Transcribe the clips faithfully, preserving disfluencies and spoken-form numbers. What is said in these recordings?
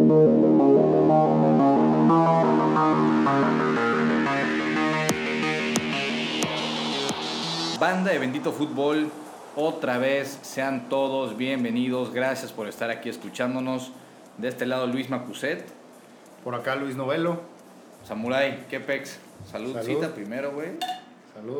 Banda de Bendito Fútbol, otra vez, sean todos bienvenidos, gracias por estar aquí escuchándonos. De este lado Luis Macuset. Por acá Luis Novelo. Samurai, ¿qué pex? Saludcita Salud. Primero, güey. Salud.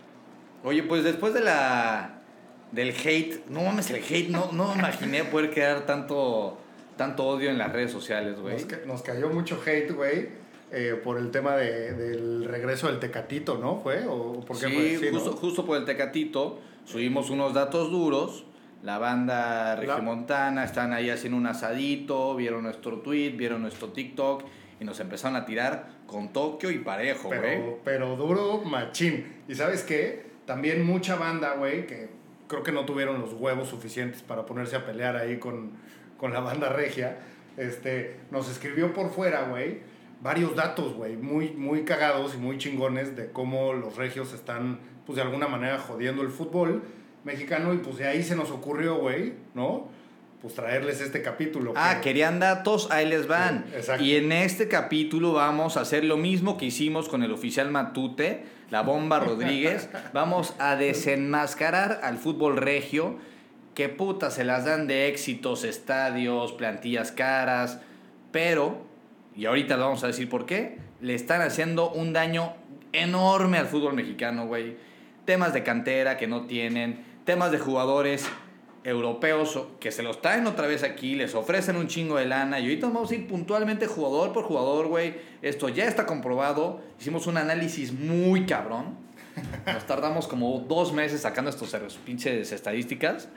Oye, pues después de la del hate, no mames el hate, no, no me imaginé poder crear tanto, tanto odio en las redes sociales, güey. Nos, ca- nos cayó mucho hate, güey. Eh, por el tema de, del regreso del Tecatito, ¿no? ¿Fue? ¿O por qué Sí, fue? justo, ¿no? justo por el Tecatito subimos unos datos duros. La banda regiomontana están ahí haciendo un asadito, vieron nuestro tweet, vieron nuestro TikTok y nos empezaron a tirar con Tokio y parejo, güey. Pero, pero duro, machín. ¿Y sabes qué? También mucha banda, güey, que creo que no tuvieron los huevos suficientes para ponerse a pelear ahí con, con la banda regia, este, nos escribió por fuera, güey, varios datos, güey, muy, muy cagados y muy chingones de cómo los regios están, pues, de alguna manera jodiendo el fútbol mexicano, y pues de ahí se nos ocurrió, güey, ¿no? Pues traerles este capítulo. Ah, que... querían datos, ahí les van. Sí, exacto. Y en este capítulo vamos a hacer lo mismo que hicimos con el oficial Matute, la Bomba Rodríguez. Vamos a desenmascarar al fútbol regio, que puta se las dan de éxitos, estadios, plantillas caras, pero... y ahorita vamos a decir por qué, le están haciendo un daño enorme al fútbol mexicano, güey. Temas de cantera que no tienen, temas de jugadores europeos que se los traen otra vez aquí, les ofrecen un chingo de lana, y ahorita vamos a ir puntualmente jugador por jugador, güey. Esto ya está comprobado, hicimos un análisis muy cabrón. Nos tardamos como dos meses sacando estos pinches estadísticas.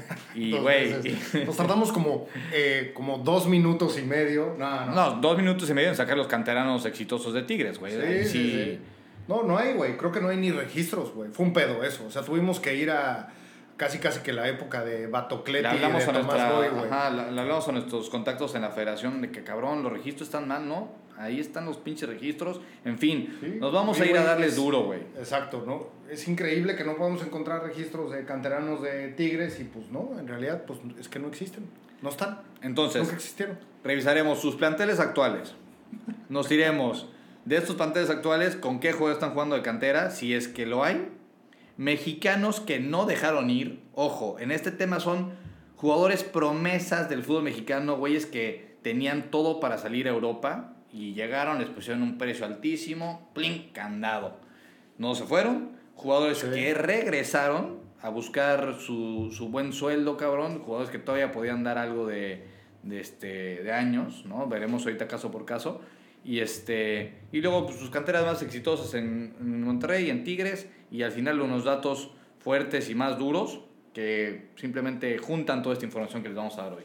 Y, güey... Nos tardamos como, eh, como dos minutos y medio. No, no. No, dos minutos y medio en sacar los canteranos exitosos de Tigres, güey. Sí, sí, sí, sí. No, no hay, güey. Creo que no hay ni registros, güey. Fue un pedo eso. O sea, tuvimos que ir a casi casi que la época de Batocleti Le hablamos, y de a, Tomás nuestra, Boy, güey. ajá, le, le hablamos a nuestros contactos en la federación de que, cabrón, los registros están mal, ¿no? Ahí están los pinches registros. En fin, Sí, nos vamos sí, a ir güey, a darles es- duro, güey. Exacto, ¿no? Es increíble que no podamos encontrar registros de canteranos de Tigres y pues no, en realidad pues es que no existen. No están. Entonces, Nunca existieron. revisaremos sus planteles actuales. Nos diremos de estos planteles actuales con qué jugadores están jugando de cantera, si es que lo hay. Mexicanos que no dejaron ir. Ojo, en este tema son jugadores promesas del fútbol mexicano, güeyes que tenían todo para salir a Europa y llegaron, les pusieron un precio altísimo, plin, candado. No se fueron. Jugadores Sí. que regresaron a buscar su, su buen sueldo, cabrón. Jugadores que todavía podían dar algo de, de, este, de años, ¿no? Veremos ahorita caso por caso. Y, este, y luego pues, sus canteras más exitosas en, en Monterrey, en Tigres, y al final unos datos fuertes y más duros que simplemente juntan toda esta información que les vamos a dar hoy.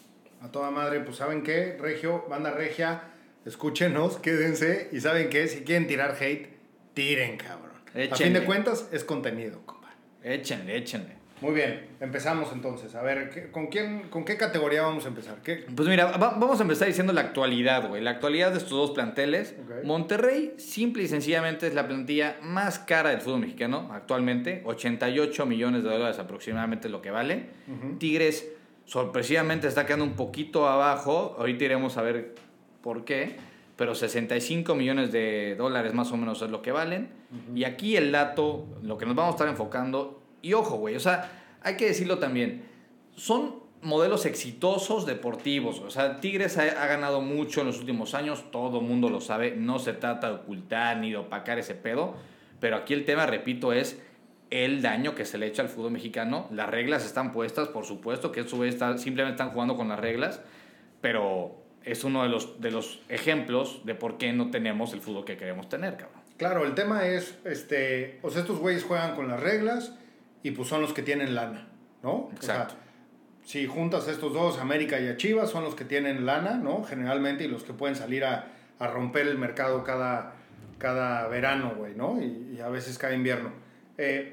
A toda madre, pues ¿saben qué? Regio, banda regia, escúchenos, quédense y ¿saben qué? Si quieren tirar hate, tiren, cabrón. Échenle. A fin de cuentas, es contenido, compa. Échenle, échenle. Muy bien, empezamos entonces. A ver, ¿qué- ¿con quién, con qué categoría vamos a empezar? ¿Qué? Pues mira, va- vamos a empezar diciendo la actualidad, güey. La actualidad de estos dos planteles. Ok. Monterrey, simple y sencillamente, es la plantilla más cara del fútbol mexicano actualmente. ochenta y ocho millones de dólares aproximadamente es lo que vale. Uh-huh. Tigres, sorpresivamente, está quedando un poquito abajo. Ahorita iremos a ver por qué. Pero sesenta y cinco millones de dólares más o menos es lo que valen. Uh-huh. Y aquí el dato, lo que nos vamos a estar enfocando... Y ojo, güey, o sea, hay que decirlo también. Son modelos exitosos deportivos. O sea, Tigres ha, ha ganado mucho en los últimos años. Todo el mundo lo sabe. No se trata de ocultar ni de opacar ese pedo. Pero aquí el tema, repito, es el daño que se le echa al fútbol mexicano. Las reglas están puestas, por supuesto, que eso está, simplemente están jugando con las reglas. Pero es uno de los, de los ejemplos de por qué no tenemos el fútbol que queremos tener, cabrón. Claro, el tema es, este, o sea, estos güeyes juegan con las reglas y pues son los que tienen lana, ¿no? Exacto. O sea, si juntas a estos dos, América y a Chivas, son los que tienen lana, ¿no? Generalmente, y los que pueden salir a, a romper el mercado cada, cada verano, güey, ¿no? Y, y a veces cada invierno. Eh,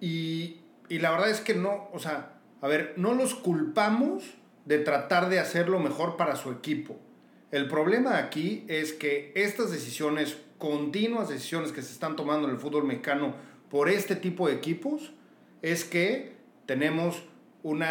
y, y la verdad es que no, o sea, a ver, no los culpamos de tratar de hacer lo mejor para su equipo. El problema aquí es que estas decisiones, continuas decisiones que se están tomando en el fútbol mexicano por este tipo de equipos, es que tenemos una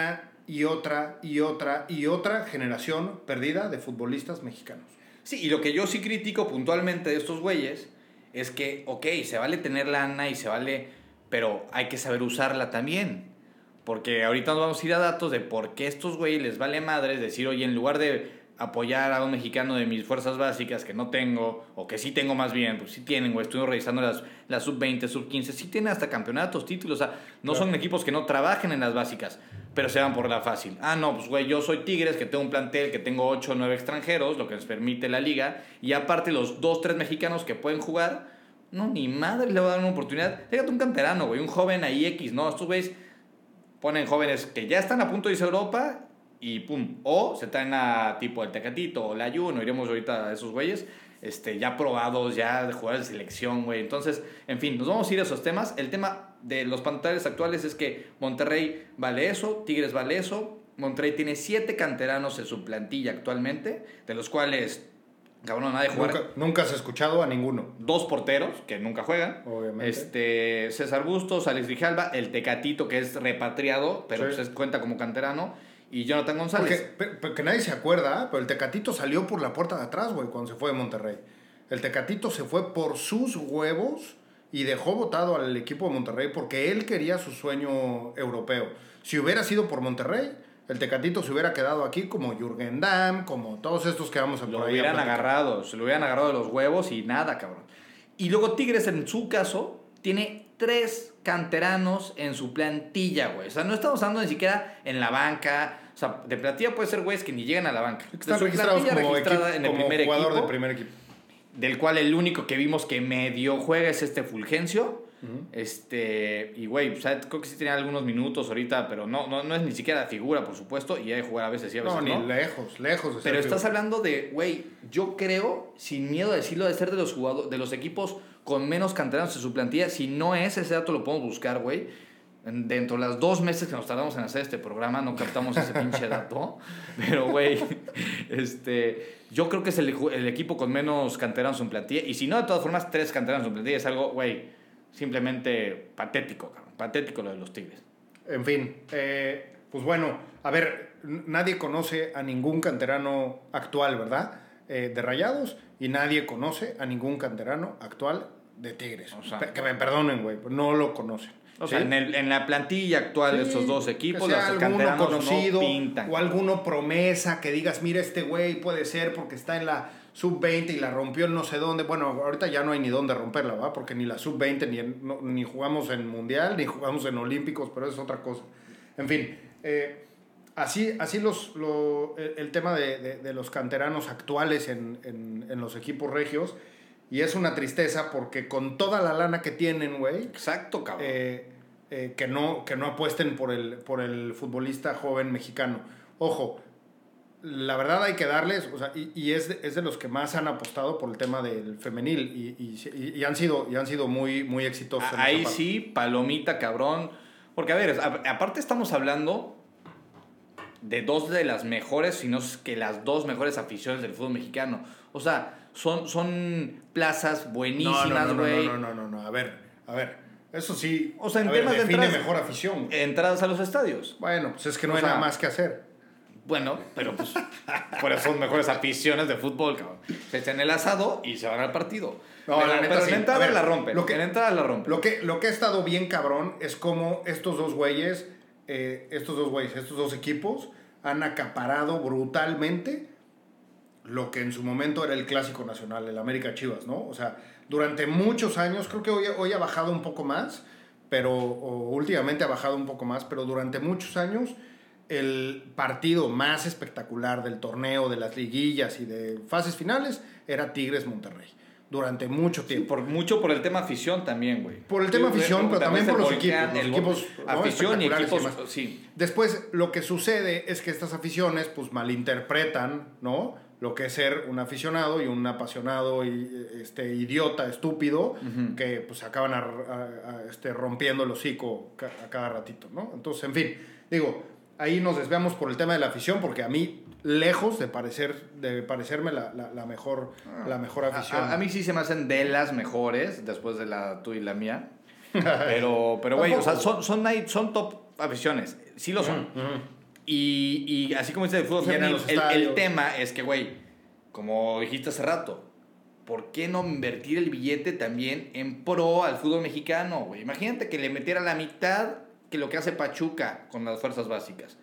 y otra y otra y otra generación perdida de futbolistas mexicanos. Sí, y lo que yo sí critico puntualmente de estos güeyes es que, ok, se vale tener lana y se vale, pero hay que saber usarla también. Porque ahorita nos vamos a ir a datos de por qué estos güeyes les vale madres decir, oye, en lugar de apoyar a un mexicano de mis fuerzas básicas que no tengo, o que sí tengo más bien, pues sí tienen, güey, estuve revisando las, las sub veinte, sub quince, sí tienen hasta campeonatos, títulos, o sea, no claro. Son equipos que no trabajen en las básicas, pero se van por la fácil. Ah, no, pues güey, yo soy Tigres, que tengo un plantel, que tengo ocho o nueve extranjeros, lo que nos permite la liga, y aparte los dos tres mexicanos que pueden jugar, no, ni madre le va a dar una oportunidad. Fíjate un canterano, güey, un joven ahí X, ¿no? Estos güeyes ponen jóvenes que ya están a punto de irse a Europa y pum, o se traen a tipo el Tecatito o el Ayuno, iremos ahorita a esos güeyes, este, ya probados, ya de jugadores de selección, güey. Entonces, en fin, nos vamos a ir a esos temas. El tema de los planteles actuales es que Monterrey vale eso, Tigres vale eso. Monterrey tiene siete canteranos en su plantilla actualmente, de los cuales, cabrón, nadie juega. Nunca, nunca has escuchado a ninguno. Dos porteros, que nunca juegan. Obviamente. Este, César Bustos, Alex Grijalva, el Tecatito, que es repatriado, pero sí. Pues cuenta como canterano. Y Jonathan González. Porque, porque nadie se acuerda, pero el Tecatito salió por la puerta de atrás, güey, cuando se fue de Monterrey. El Tecatito se fue por sus huevos y dejó votado al equipo de Monterrey porque él quería su sueño europeo. Si hubiera sido por Monterrey, el Tecatito se hubiera quedado aquí como Jürgen Damm, como todos estos que vamos a por ahí. Lo ahí hubieran agarrado, se lo hubieran agarrado de los huevos y nada, cabrón. Y luego Tigres, en su caso, tiene tres canteranos en su plantilla, güey. O sea, no estamos hablando ni siquiera en la banca. O sea, de plantilla puede ser güeyes que ni llegan a la banca. Están registrados como, registrada equipo, en el como primer jugador equipo, de primer equipo. Del cual el único que vimos que medio juega es este Fulgencio. Uh-huh. Este, y güey, o sea, creo que sí tenía algunos minutos ahorita, pero no, no, no es ni siquiera la figura, por supuesto, y hay que jugar a veces y a veces no. No, ni lejos, lejos de ser Pero estás figura. hablando de, güey, yo creo, sin miedo a decirlo, de ser de los jugadores, de los equipos con menos canteranos en su plantilla. Si no es ese dato, lo podemos buscar, güey. Dentro de las dos meses que nos tardamos en hacer este programa, no captamos ese pinche dato. Pero, güey, este, yo creo que es el, el equipo con menos canteranos en plantilla. Y si no, de todas formas, tres canteranos en plantilla es algo, güey, simplemente patético, cabrón. Patético lo de los Tigres. En fin, eh, pues bueno, a ver, nadie conoce a ningún canterano actual, ¿verdad? Eh, de Rayados, y nadie conoce a ningún canterano actual de Tigres. O sea, que me perdonen, güey, no lo conocen. O ¿sí? sea, en, el, en la plantilla actual sí, de estos dos equipos, los canteranos conocido, no pintan. O alguno promesa que digas, mira, este güey puede ser porque está en la sub veinte y la rompió en no sé dónde. Bueno, ahorita ya no hay ni dónde romperla, ¿va? Porque ni la sub veinte, ni, en, no, ni jugamos en Mundial, ni jugamos en Olímpicos, pero es otra cosa. En fin, eh, así, así los, lo, el, el tema de, de, de los canteranos actuales en, en, en los equipos regios. Y es una tristeza porque con toda la lana que tienen, güey. Exacto, cabrón. Eh, eh, que, no, que no apuesten por el, por el futbolista joven mexicano. Ojo, la verdad hay que darles, o sea, y, y es, de, es de los que más han apostado por el tema del femenil. Y, y, y, han, sido, y han sido muy, muy exitosos. A, ahí sí, palomita, cabrón. Porque, a ver, a, aparte estamos hablando de dos de las mejores, si no es que las dos mejores aficiones del fútbol mexicano. O sea, son, son plazas buenísimas, güey. No, no, no, no, no, no, no, a ver, a ver, eso sí, o sea, en a temas ver, define de entradas, mejor afición. Entradas a los estadios. Bueno, pues es que no o hay sea, nada más que hacer. Bueno, pero pues, por eso son mejores aficiones de fútbol, cabrón. Se echan el asado y se van al partido. No, pero, la neta, pero sí. En entrada ver, la rompen. Lo que, en entrada la rompen. Lo que, lo que ha estado bien cabrón es como estos dos güeyes, eh, estos dos güeyes, estos dos equipos han acaparado brutalmente lo que en su momento era el clásico nacional, el América Chivas, ¿no? O sea, durante muchos años, creo que hoy, hoy ha bajado un poco más, pero o últimamente ha bajado un poco más, pero durante muchos años el partido más espectacular del torneo, de las liguillas y de fases finales era Tigres-Monterrey. Durante mucho tiempo. Sí, por mucho por el tema afición también, güey. Por el tema afición, pero también por los equipos. Los equipos afición y equipos, y sí. Después, lo que sucede es que estas aficiones, pues, malinterpretan, ¿no? Lo que es ser un aficionado y un apasionado y este idiota, estúpido, uh-huh. que pues acaban a, a, a, este, rompiendo el hocico a cada ratito, ¿no? Entonces, en fin, digo, ahí nos desviamos por el tema de la afición, porque a mí, lejos de parecer de parecerme la, la, la, mejor, ah, la mejor afición. A, a mí sí se me hacen de las mejores, después de la tuya y la mía. Pero, pero güey, o sea, son, son, son top aficiones. Sí lo son. Uh-huh. Y, y así como dice el fútbol femenil, el, el tema es que, güey, como dijiste hace rato, ¿por qué no invertir el billete también en pro al fútbol mexicano, güey? Imagínate que le metiera la mitad que lo que hace Pachuca con las fuerzas básicas.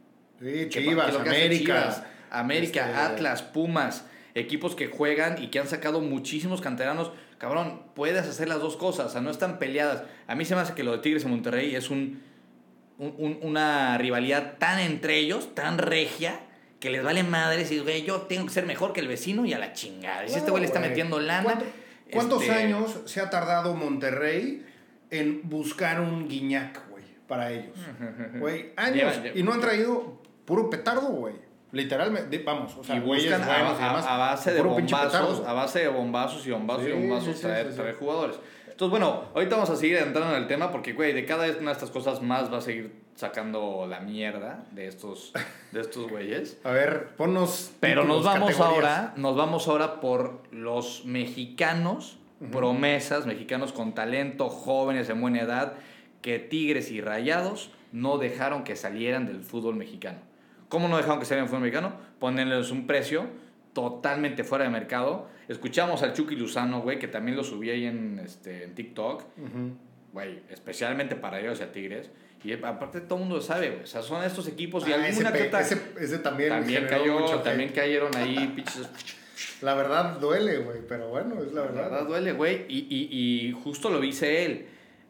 Sí, Chivas, que, que América. Chivas, América, este... Atlas, Pumas, equipos que juegan y que han sacado muchísimos canteranos. Cabrón, puedes hacer las dos cosas, o sea, no están peleadas. A mí se me hace que lo de Tigres en Monterrey es un, un, un, una rivalidad tan entre ellos, tan regia, que les vale madres y, güey, yo tengo que ser mejor que el vecino y a la chingada. Y si este güey le está metiendo lana... ¿Cuánto, ¿Cuántos este... años se ha tardado Monterrey en buscar un Guiñac, güey, para ellos? Güey, años. Lleva, lleva, y no han traído puro petardo, güey. Literalmente, vamos, o sea, y buscan a, a, a base de bombazos, a base de bombazos y bombazos sí, y bombazos sí, traer, sí, sí. traer jugadores. Entonces, bueno, ahorita vamos a seguir entrando en el tema porque, güey, de cada una de estas cosas más va a seguir sacando la mierda de estos de estos güeyes. A ver, ponnos. Pero nos vamos categorías. ahora, nos vamos ahora por los mexicanos, uh-huh. promesas, mexicanos con talento, jóvenes en buena edad, que Tigres y Rayados no dejaron que salieran del fútbol mexicano. ¿Cómo no dejaron que salieran del fútbol mexicano? Ponerles un precio totalmente fuera de mercado. Escuchamos al Chucky Lozano, güey, que también lo subí ahí en, este, en TikTok. Güey, uh-huh. especialmente para ellos y a Tigres. Y aparte todo el mundo lo sabe, güey. O sea, son estos equipos y ah, alguna ese, que otra... Ese, ese también también cayó, mucho también cayeron ahí pinches... La verdad duele, güey, pero bueno, es la verdad. La verdad duele, güey. Y, y, y justo lo dice él.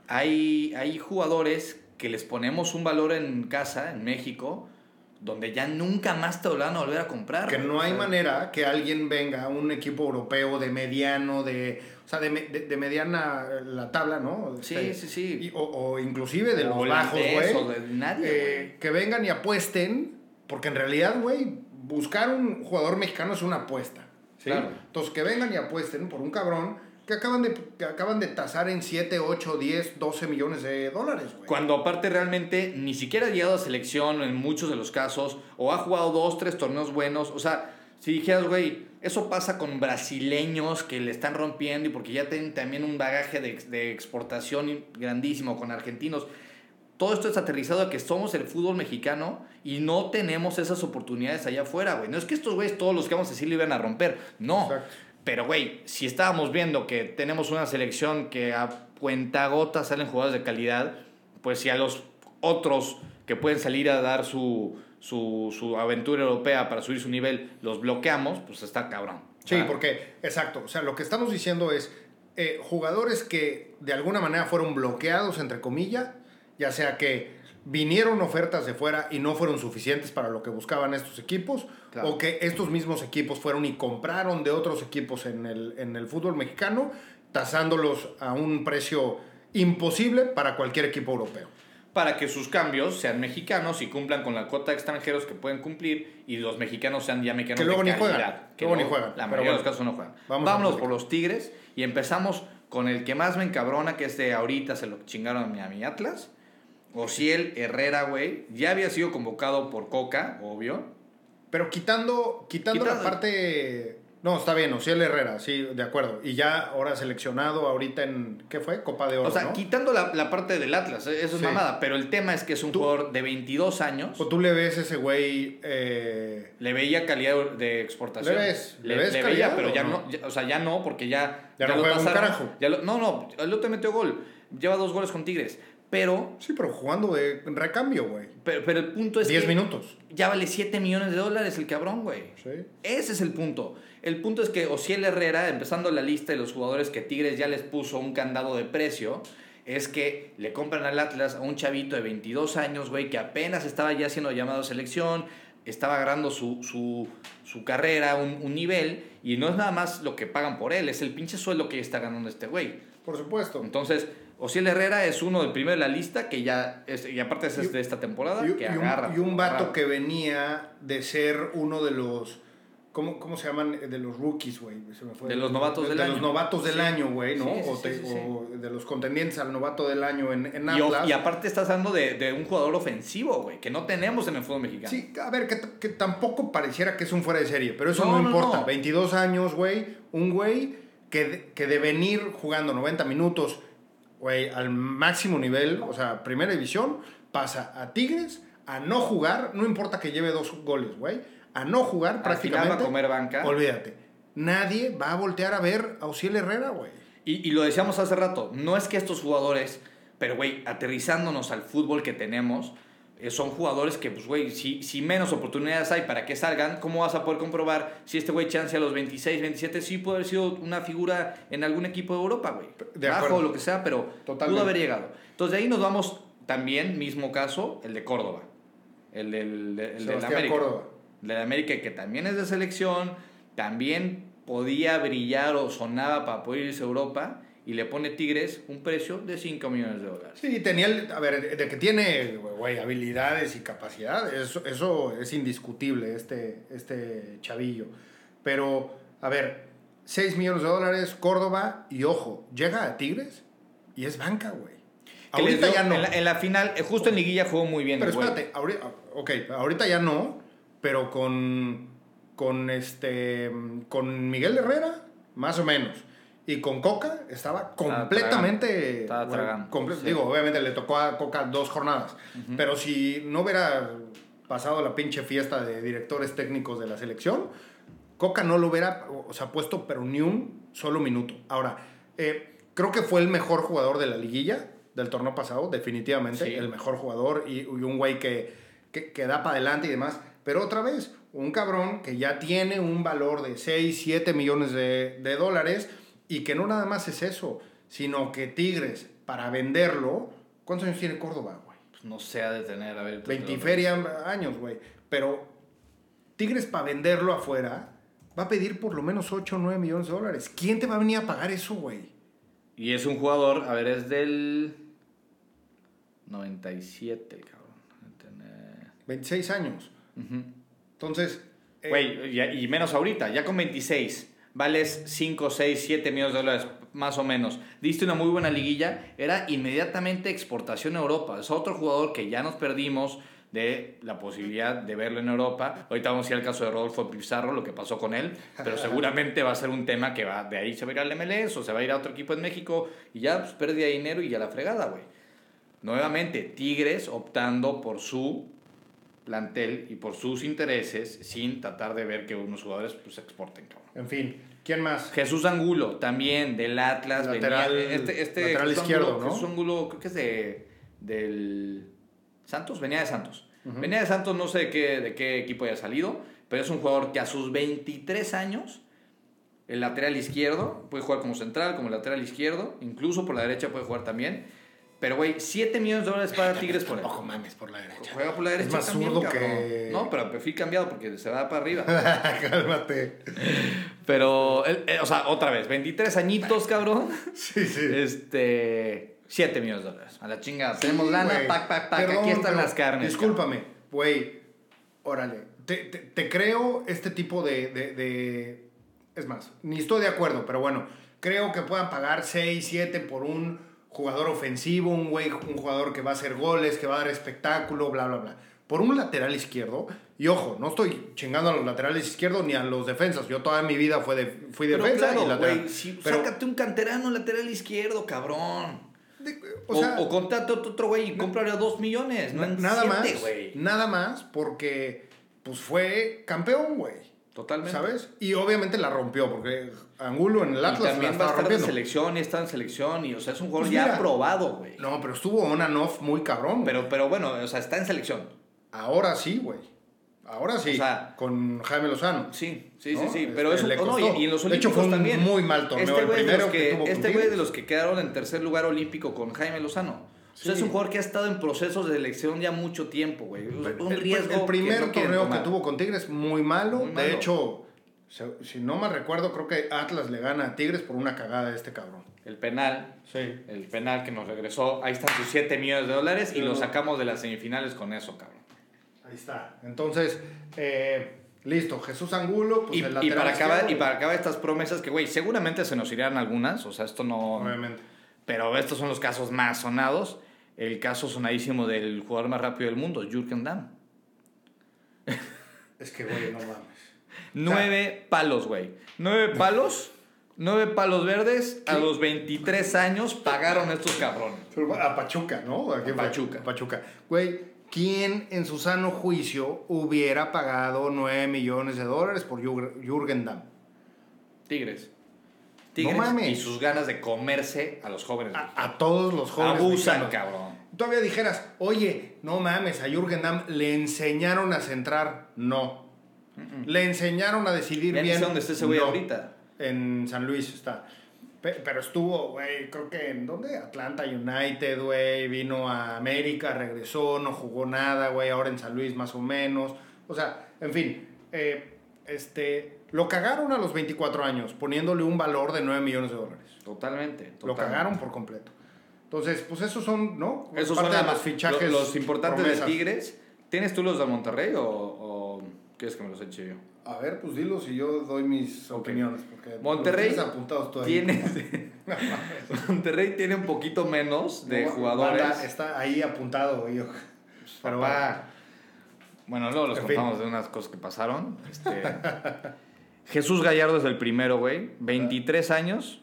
Hay, hay jugadores que les ponemos un valor en casa, en México, donde ya nunca más te lo van a volver a comprar. Que no hay o sea, manera que alguien venga a un equipo europeo de mediano, de... O sea, de, de, de mediana la tabla, ¿no? Sí, este, sí, sí. Y, o, o inclusive de o los bajos, güey. Nadie, eh, que vengan y apuesten, porque en realidad, güey, buscar un jugador mexicano es una apuesta. ¿sí? Claro. Entonces, que vengan y apuesten por un cabrón que acaban de, que acaban de tasar en siete, ocho, diez, doce millones de dólares, güey. Cuando aparte realmente ni siquiera ha llegado a selección en muchos de los casos, o ha jugado dos, tres torneos buenos. O sea, si dijeras, güey, eso pasa con brasileños que le están rompiendo y porque ya tienen también un bagaje de, de exportación grandísimo, con argentinos. Todo esto es aterrizado a que somos el fútbol mexicano y no tenemos esas oportunidades allá afuera, güey. No es que estos güeyes, todos los que vamos a decir, le iban a romper. No. Exacto. Pero, güey, si estábamos viendo que tenemos una selección que a cuentagotas salen jugadores de calidad, pues si a los otros que pueden salir a dar su, su, su aventura europea para subir su nivel los bloqueamos, pues está cabrón. Sí, ¿ah? Porque, exacto, o sea, lo que estamos diciendo es eh, jugadores que de alguna manera fueron bloqueados, entre comillas, ya sea que vinieron ofertas de fuera y no fueron suficientes para lo que buscaban estos equipos, claro. O que estos mismos equipos fueron y compraron de otros equipos en el, en el fútbol mexicano, tasándolos a un precio imposible para cualquier equipo europeo. Para que sus cambios sean mexicanos y cumplan con la cuota de extranjeros que pueden cumplir y los mexicanos sean ya mexicanos que luego de ni calidad. Juegan, que luego no, ni juegan. La mayoría de los casos no juegan. Vamos Vámonos por los Tigres y empezamos con el que más me encabrona, que es de ahorita se lo chingaron a mi, a mi Atlas. Ociel Herrera, güey, ya había sido convocado por Coca, obvio. Pero quitando, quitando, quitando la parte... No, está bien, Ociel Herrera, sí, de acuerdo. Y ya ahora seleccionado ahorita en... ¿Qué fue? Copa de Oro, O sea, ¿no? quitando la, la parte del Atlas, eso es sí. mamada. Pero el tema es que es un tú, jugador de veintidós años. ¿O tú le ves ese güey...? Eh... Le veía calidad de exportación. ¿Le ves? Le, ¿Le ves le calidad, veía, pero ya no? no... Ya, o sea, ya no, porque ya... Ya, ya no juega un carajo. Ya lo, no, no, el otro metió gol. Lleva dos goles con Tigres. Pero... Sí, pero jugando de recambio, güey. Pero, pero el punto es diez que... minutos. Ya vale siete millones de dólares el cabrón, güey. Sí. Ese es el punto. El punto es que Ociel Herrera, empezando la lista de los jugadores que Tigres ya les puso un candado de precio, es que le compran al Atlas a un chavito de veintidós años, güey, que apenas estaba ya siendo llamado a selección, estaba agarrando su, su, su carrera, un, un nivel, y no es nada más lo que pagan por él, es el pinche sueldo que está ganando este güey. Por supuesto. Entonces... Ociel Herrera es uno del primero de la lista que ya es, y aparte es de esta temporada y, que y agarra. Un, y un vato que venía de ser uno de los ¿cómo, cómo se llaman? De los rookies, güey. Se me fue. De los novatos de, del de año. De los novatos del sí. año, güey, ¿no? Sí, sí, o, te, sí, sí, o sí. de los contendientes al novato del año en, en Atlas. Y, y aparte estás hablando de, de un jugador ofensivo, güey, que no tenemos en el fútbol mexicano. Sí, a ver, que, que tampoco pareciera que es un fuera de serie, pero eso no, no, no importa. No. veintidós años, güey, un güey que de, que de venir jugando noventa minutos, güey, al máximo nivel, o sea, primera división, pasa a Tigres, a no jugar, no importa que lleve dos goles, güey, a no jugar Al prácticamente. final va a comer banca. Olvídate. Nadie va a voltear a ver a Ociel Herrera, güey. Y, y lo decíamos hace rato, no es que estos jugadores, pero güey, aterrizándonos al fútbol que tenemos, eh, son jugadores que, pues güey, si, si menos oportunidades hay para que salgan, ¿cómo vas a poder comprobar si este güey chance a los veintiséis, veintisiete sí puede haber sido una figura en algún equipo de Europa, güey? De Bajo acuerdo. o lo que sea, pero Totalmente. pudo haber llegado. Entonces de ahí nos vamos también, mismo caso, el de Córdoba. El del, de, el del América. Córdoba. El del América, que también es de selección, también podía brillar o sonaba para poder irse a Europa, y le pone Tigres un precio de cinco millones de dólares. Sí, tenía, el, a ver, de que tiene, güey, habilidades y capacidad, eso, eso es indiscutible, este, este chavillo. Pero, a ver, seis millones de dólares, Córdoba, y ojo, llega a Tigres y es banca, güey. Que les Ahorita dio- ya no. En la, en la final, eh, justo en liguilla jugó muy bien. Pero el güey. espérate, ahorita, ok, ahorita ya no, pero con, con, este, con Miguel Herrera, más o menos. Y con Coca estaba completamente... Estaba bueno, tragando, comple- sí. Digo, obviamente le tocó a Coca dos jornadas. Ujú. Pero si no hubiera pasado la pinche fiesta de directores técnicos de la selección, Coca no lo hubiera, o sea, puesto pero ni un solo minuto. Ahora, eh, creo que fue el mejor jugador de la liguilla del torneo pasado, definitivamente. Sí. El mejor jugador y, y un güey que, que, que da para adelante y demás. Pero otra vez, un cabrón que ya tiene un valor de seis, siete millones de, de dólares y que no nada más es eso, sino que Tigres, para venderlo, ¿cuántos años tiene Córdoba, güey? Pues no sé, ha de tener, a ver... veinte y feria años, güey. Pero Tigres, para venderlo afuera, va a pedir por lo menos ocho o nueve millones de dólares. ¿Quién te va a venir a pagar eso, güey? Y es un jugador, a ver, es del noventa y siete, cabrón. Tener... veintiséis años. Uh-huh. Entonces... eh, Güey, y, y menos ahorita, ya con veintiséis, vales cinco, seis, siete millones de dólares, más o menos. Diste una muy buena liguilla, era inmediatamente exportación a Europa. Es otro jugador que ya nos perdimos de la posibilidad de verlo en Europa. Ahorita vamos a ir al caso de Rodolfo Pizarro, lo que pasó con él, pero seguramente va a ser un tema que va, de ahí se va a ir al M L S o se va a ir a otro equipo en México y ya pues, pérdida de dinero y ya la fregada, güey. Nuevamente, Tigres optando por su plantel y por sus intereses sin tratar de ver que unos jugadores pues exporten, cabrón. En fin, ¿quién más? Jesús Angulo, también del Atlas. Lateral- venía, este, este lateral Jesús izquierdo, Angulo, ¿no? Jesús Angulo, creo que es de, del Santos, venía de Santos. Ujú. Venía de Santos, no sé de qué, de qué equipo haya salido, pero es un jugador que a sus veintitrés años, el lateral izquierdo, puede jugar como central, como lateral izquierdo, incluso por la derecha puede jugar también. Pero, güey, siete millones de dólares para Tigres por él. Ojo, mames, por la derecha. Juega por la derecha Es más también, zurdo cabrón. que... No, pero perfil cambiado porque se va para arriba. Cálmate. Pero, él- eh, o sea, otra vez, veintitrés añitos, cabrón. Sí, sí. Este, siete millones de dólares. A la chingada. Tenemos Sí, lana, güey. pac, pac, pac. Perdón, Aquí están pero las carnes. Discúlpame, güey. Órale. Te, te, te creo este tipo de, de, de... Es más, ni estoy de acuerdo, pero bueno. Creo que puedan pagar seis, siete por un jugador ofensivo, un güey, un jugador que va a hacer goles, que va a dar espectáculo, bla, bla, bla. Por un lateral izquierdo, y ojo, no estoy chingando a los laterales izquierdos ni a los defensas. Yo toda mi vida fue de, fui Pero defensa claro, y lateral. güey, si- Pero- sácate un canterano lateral izquierdo, cabrón. de- O, o sea, o contrata a otro güey y cómprale a dos millones. No en nada siete, más, güey. nada más porque pues fue campeón, güey. Totalmente. ¿Sabes? Y obviamente la rompió porque Angulo en el Y Atlas la también va a estaba estar en rompiendo. selección y está en selección. Y, o sea, es un jugador Pues ya mira, aprobado, güey. No, pero estuvo on and off muy cabrón. Pero, pero bueno, o sea, está en selección. Ahora sí, güey. Ahora sí. O sea, con Jaime Lozano. Sí, sí, ¿no? sí, sí. Pero Este, eso, le oh, no, costó. y, y en los De hecho, olímpicos fue un también. muy mal torneo. Este el güey de primero los que, que, tuvo con este güey Tigres. de los que quedaron en tercer lugar olímpico con Jaime Lozano. O sea, Sí. es un jugador que ha estado en procesos de selección ya mucho tiempo, güey. Un El- riesgo. El, primer que no quieren torneo tomar. que tuvo con Tigres, muy malo. Muy malo. De hecho, se- si no me recuerdo, creo que Atlas le gana a Tigres por una cagada de este cabrón. El penal, Sí. el penal que nos regresó, ahí están sus siete millones de dólares y Pero- lo sacamos de las semifinales con eso, cabrón. Ahí está. Entonces, eh, listo. Jesús Angulo, pues Y, el y lateral para acabar, izquierdo, y para acabar estas promesas que, güey, seguramente se nos irán algunas, o sea, esto no... Obviamente. Pero estos son los casos más sonados. El caso sonadísimo del jugador más rápido del mundo, Jürgen Damm. Es que, güey, no mames. Nueve palos, güey. Nueve palos, nueve palos verdes. A ¿Qué? los veintitrés años pagaron estos cabrones. Pero a Pachuca, ¿no? ¿A quién fue? Pachuca. A Pachuca. Güey, ¿Quién en su sano juicio hubiera pagado nueve millones de dólares por Jür- Jürgen Damm? Tigres. Tigres No mames. y sus ganas de comerse a los jóvenes. A, a todos los jóvenes Abusan, mexicanos. cabrón. Todavía dijeras, oye, no mames, a Jürgen Damm le enseñaron a centrar. No. Mm-mm. Le enseñaron a decidir Ya ni bien. sé dónde está ese güey No. ahorita. En San Luis está. Pe- Pero estuvo, güey, creo que en ¿dónde? Atlanta United, güey. Vino a América, regresó, no jugó nada, güey. Ahora en San Luis más o menos. O sea, en fin. Eh, este, lo cagaron a los veinticuatro años, poniéndole un valor de nueve millones de dólares. Totalmente, totalmente. Lo cagaron por completo. Entonces, pues esos son, ¿no? Esos Parte son de la- los fichajes. Los, los importantes promesas. de Tigres. ¿Tienes tú los de Monterrey o, o quieres que me los eche yo? A ver, pues dilos y yo doy mis Ok. opiniones. Porque Monterrey los tienes apuntados tú ahí. Tiene, Monterrey tiene un poquito menos de No, jugadores. banda, está ahí apuntado, güey. Pero Papá. va. Bueno, luego les En contamos fin. de unas cosas que pasaron. Este, Jesús Gallardo es el primero, güey. veintitrés años.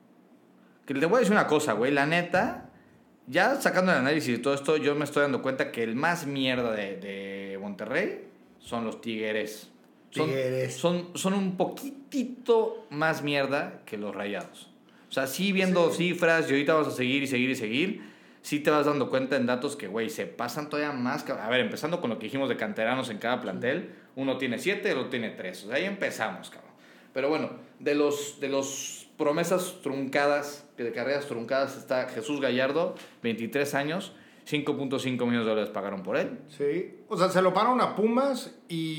Que te voy a decir una cosa, güey. La neta, ya sacando el análisis de todo esto, yo me estoy dando cuenta que el más mierda de, de Monterrey son los Tigres. Son, Tigres. Son, son un poquitito más mierda que los Rayados. O sea, sí viendo Sí. cifras y ahorita vamos a seguir y seguir y seguir, sí te vas dando cuenta en datos que, güey, se pasan todavía más. A ver, empezando con lo que dijimos de canteranos en cada plantel. Uno tiene siete, el otro tiene tres. O sea, ahí empezamos, cabrón. Pero bueno, de los, de los promesas truncadas, de carreras truncadas, está Jesús Gallardo, veintitrés años, cinco punto cinco millones de dólares pagaron por él. Sí, o sea, se lo pararon a Pumas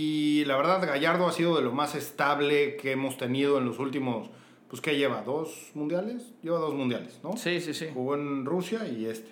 y la verdad Gallardo ha sido de lo más estable que hemos tenido en los últimos, pues ¿qué lleva? ¿Dos mundiales? Lleva dos mundiales, ¿no? Sí, sí, sí. Jugó en Rusia y este.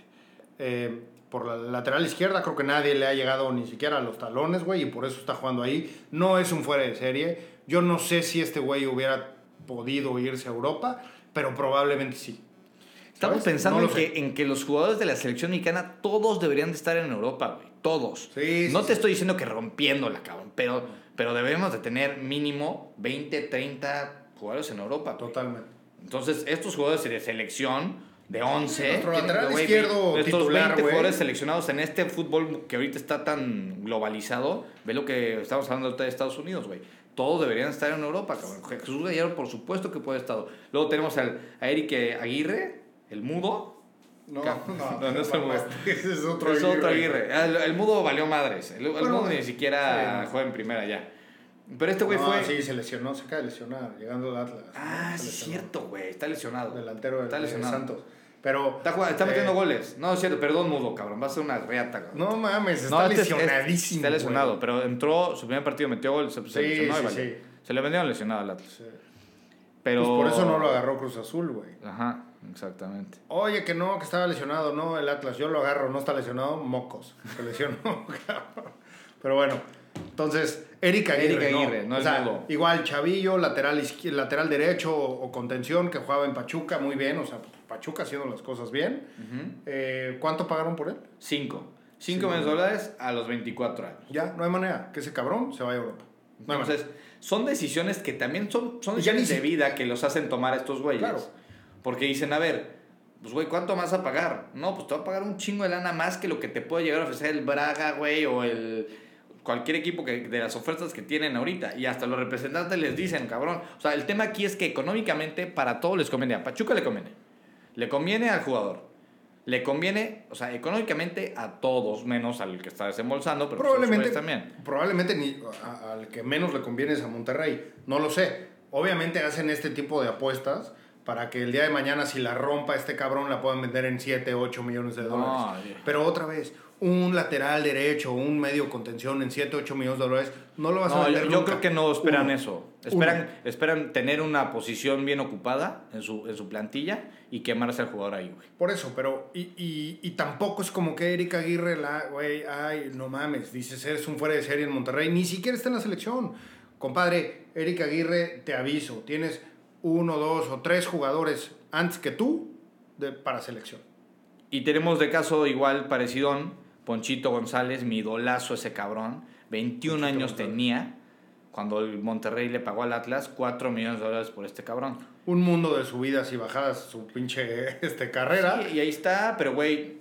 Eh, por la lateral izquierda creo que nadie le ha llegado ni siquiera a los talones, güey, y por eso está jugando ahí. No es un fuera de serie. Yo no sé si este güey hubiera podido irse a Europa, pero probablemente sí. Estamos ¿Sabes? pensando No en, lo que, sé. en que los jugadores de la selección mexicana todos deberían de estar en Europa, güey. Todos. Sí, no sí, te sí. estoy diciendo que rompiéndola, cabrón, pero, pero debemos de tener mínimo veinte, treinta jugadores en Europa, güey. Totalmente. Entonces, estos jugadores de selección de once... Nuestro tienen, lateral güey, izquierdo estos titular, veinte güey. jugadores seleccionados en este fútbol que ahorita está tan globalizado, ve lo que estamos hablando ahorita de Estados Unidos, güey. Todos deberían estar en Europa, cabrón. Jesús Gallardo, por supuesto que puede estar. Luego tenemos al, a Eric Aguirre, el mudo. No, Ca- no, no, no es el mudo. Ese es otro Es otro Aguirre. El, el mudo valió madres. El, el Bueno, mudo ni siquiera sí. juega en primera ya. Pero este güey No, fue... sí, se lesionó, se acaba de lesionar, llegando al Atlas. Ah, ¿no? Se sí, es lesionó. cierto, güey. Está lesionado. Delantero de, Está de lesionado. Santos. Pero. Está, jugando- está metiendo eh, goles. No, es cierto. Perdón, mudo, cabrón. Va a ser una reata, cabrón. No mames, está No, este es- lesionadísimo. Está lesionado, güey. pero entró, su primer partido metió gol, se, se Sí, lesionó y sí, valió. sí. Se le vendieron lesionado al Atlas. Sí. Pero... Pues por eso no lo agarró Cruz Azul, güey. Ajá, exactamente. Oye, que no, que estaba lesionado. No, el Atlas, yo lo agarro, no está lesionado, mocos. Se lesionó, cabrón. Pero bueno, entonces, Eric Aguirre, Eric Aguirre, ¿no? no o es sea, mudo. igual Chavillo, lateral, izquier- lateral derecho o, o contención, que jugaba en Pachuca muy bien. O sea, Pachuca haciendo las cosas bien. Ujú. Eh, ¿Cuánto pagaron por él? Cinco. Cinco Sí. millones de dólares a los veinticuatro años. Ya, no hay manera. Que ese cabrón se vaya a Europa. No hay Entonces, son decisiones que también son, son Y ya decisiones ni de si- vida que los hacen tomar estos güeyes. Claro. Porque dicen, a ver, pues güey, ¿cuánto vas a pagar? No, pues te va a pagar un chingo de lana más que lo que te puede llegar a ofrecer el Braga, güey, o el cualquier equipo que, de las ofertas que tienen ahorita. Y hasta los representantes les dicen, cabrón. O sea, el tema aquí es que económicamente para todos les conviene. A Pachuca le conviene. Le conviene al jugador. Le conviene, o sea, económicamente a todos, menos al que está desembolsando, pero pues, Probablemente, esos güeyes también. probablemente ni, a- al que menos le conviene es a Monterrey. No lo sé. Obviamente hacen este tipo de apuestas para que el día de mañana, si la rompa este cabrón, la puedan vender en siete, ocho millones de No, dólares. yeah. Pero otra vez, un lateral derecho, un medio contención en siete, ocho millones de dólares, no lo vas a No, vender yo, yo nunca. creo que no esperan Uno. eso. Esperan, esperan tener una posición bien ocupada en su, en su plantilla y quemarse al jugador ahí, güey. Por eso, pero y, y, y tampoco es como que Eric Aguirre, la, güey, ay, no mames, dices, eres un fuera de serie en Monterrey, ni siquiera está en la selección. Compadre, Eric Aguirre, te aviso, tienes uno, dos o tres jugadores antes que tú de, para selección. Y tenemos de caso igual parecidón, Ponchito González, mi idolazo ese cabrón, veintiún Ponchito años González. tenía cuando el Monterrey le pagó al Atlas cuatro millones de dólares por este cabrón. Un mundo de subidas y bajadas, su pinche este, carrera. Sí, y ahí está, pero güey,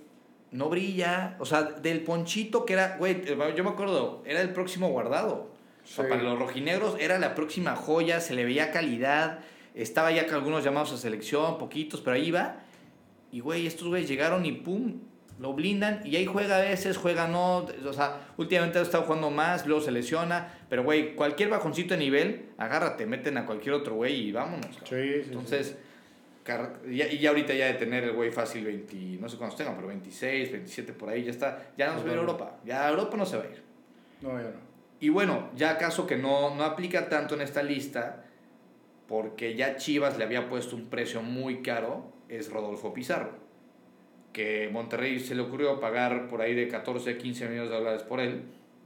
no brilla. O sea, del Ponchito que era, güey, yo me acuerdo, era el próximo Guardado. O sea, Sí. para los rojinegros era la próxima joya, se le veía calidad. Estaba ya con algunos llamados a selección, poquitos, pero ahí iba. Y, güey, estos güeyes llegaron y pum, lo blindan. Y ahí juega a veces, juega no. O sea, últimamente ha estado jugando más, luego se lesiona. Pero, güey, cualquier bajoncito de nivel, agárrate, meten a cualquier otro güey y vámonos. Cabrón. Sí, sí, Entonces, sí. car- ya- y ya ahorita ya de tener el güey fácil veinte, no sé cuántos tengan, pero veintiséis, veintisiete por ahí, ya está. Ya no se va a ir a Europa. Ya a Europa no se va a ir. No, ya no. Y bueno, ya acaso que no, no aplica tanto en esta lista, porque ya Chivas le había puesto un precio muy caro, es Rodolfo Pizarro, que Monterrey se le ocurrió pagar por ahí de catorce, quince millones de dólares por él.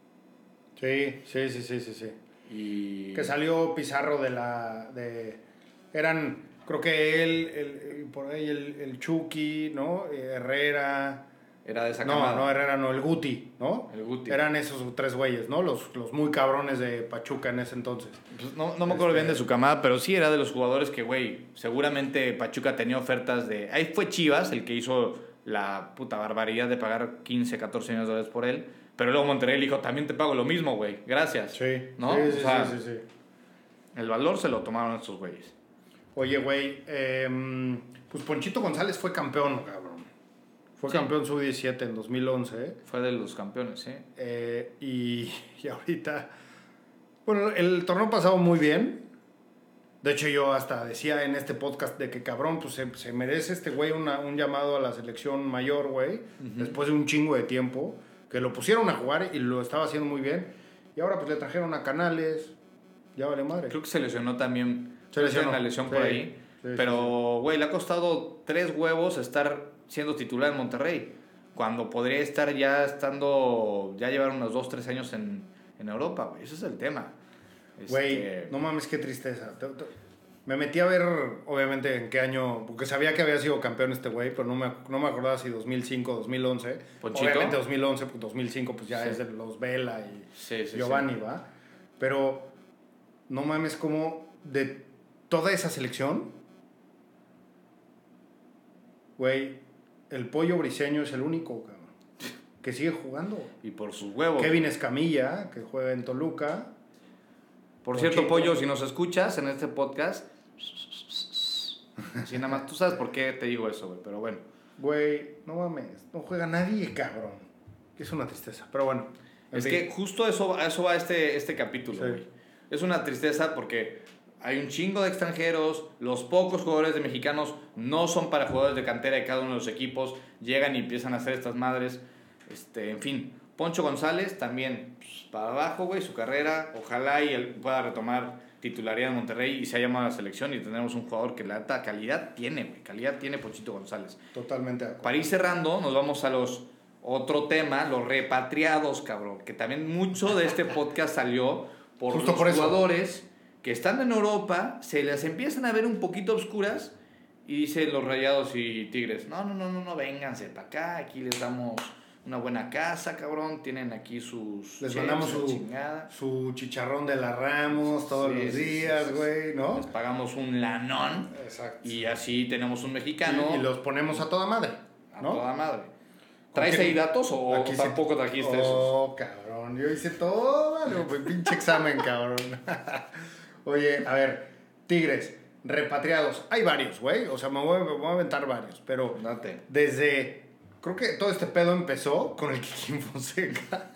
Sí, sí, sí, sí, sí, sí. Y... Que salió Pizarro de la... de eran, creo que él, el, el- por ahí el, el Chucky, ¿no? Eh, Herrera... Era de esa No, camada. no, Herrera no, el Guti, ¿no? El Guti. Eran esos tres güeyes, ¿no? Los, los muy cabrones de Pachuca en ese entonces. Pues no, no me acuerdo Este- bien de su camada, pero sí era de los jugadores que, güey, seguramente Pachuca tenía ofertas de... Ahí fue Chivas el que hizo la puta barbaridad de pagar quince, catorce millones de dólares por él. Pero luego Monterrey le dijo, también te pago lo mismo, güey. Gracias. Sí, ¿No? sí, O sí, sea, sí, sí, sí. el valor se lo tomaron estos güeyes. Oye, güey, em, pues Ponchito González fue campeón, cabrón. Fue Sí. campeón sub diecisiete en dos mil once, ¿eh? Fue de los campeones, ¿sí? Eh, y, y ahorita... Bueno, el torneo pasado muy bien. De hecho, yo hasta decía en este podcast de que, cabrón, pues se, se merece este güey una- un llamado a la selección mayor, güey. Ujú. Después de un chingo de tiempo. Que lo pusieron a jugar y lo estaba haciendo muy bien. Y ahora pues le trajeron a Canales. Ya vale madre. Creo que se lesionó también. Se lesionó. Una lesión Sí, por ahí. sí, Pero, güey, le ha costado tres huevos estar siendo titular en Monterrey. Cuando podría estar ya estando... Ya llevar unos dos, tres años en, en Europa, güey. Ese es el tema. Güey, Este, no mames, qué tristeza. Te- te- Me metí a ver, obviamente, en qué año, porque sabía que había sido campeón este güey, pero no me, no me acordaba si dos mil cinco, dos mil once. ¿Ponchito? Obviamente dos mil once, pues dos mil cinco, pues ya Sí. es de los Vela y Sí, sí, Giovanni, sí. ¿va? Pero no mames, como de toda esa selección, güey, el Pollo Briseño es el único, cabrón, que sigue jugando. Y por sus huevos. Kevin Escamilla, que juega en Toluca. Por cierto, Ponchito. Pollo, si nos escuchas en este podcast... Así nada más. Tú sabes por qué te digo eso, güey. Pero bueno. Güey, no mames, no juega nadie, cabrón. Es una tristeza, pero bueno. en Es fin. que justo eso, a eso va este, este capítulo, Sí. güey. Es una tristeza porque hay un chingo de extranjeros, los pocos jugadores de mexicanos no son para jugadores de cantera de cada uno de los equipos, llegan y empiezan a hacer estas madres, este, en fin. Poncho González también, pues, para abajo, güey, su carrera, ojalá y él pueda retomar titularidad en Monterrey y se ha llamado a la selección y tendremos un jugador que la alta calidad tiene, güey, calidad tiene Ponchito González. Totalmente de acuerdo. Para ir cerrando, nos vamos a los otro tema, los repatriados, cabrón. Que también mucho de este podcast salió por Justo los por eso. jugadores que están en Europa, se les empiezan a ver un poquito oscuras y dicen los Rayados y Tigres, no, no, no, no, no, vénganse para acá, aquí les damos una buena casa, cabrón, tienen aquí sus... Les chefs, mandamos la su, chingada. su chicharrón de la Ramos todos Sí, los sí, sí, días, sí, sí. güey, ¿no? Les pagamos un lanón Exacto. y así tenemos un mexicano Y, y los ponemos a toda madre, a ¿no? toda madre. ¿Traes quién? ahí datos o Aquí sí- tampoco trajiste esos? Oh, cabrón, yo hice todo, vale, pues, pinche examen, cabrón. Oye, a ver, Tigres, repatriados, hay varios, güey, o sea, me voy, me voy a aventar varios, pero Date. desde, creo que todo este pedo empezó con el Kikín Fonseca.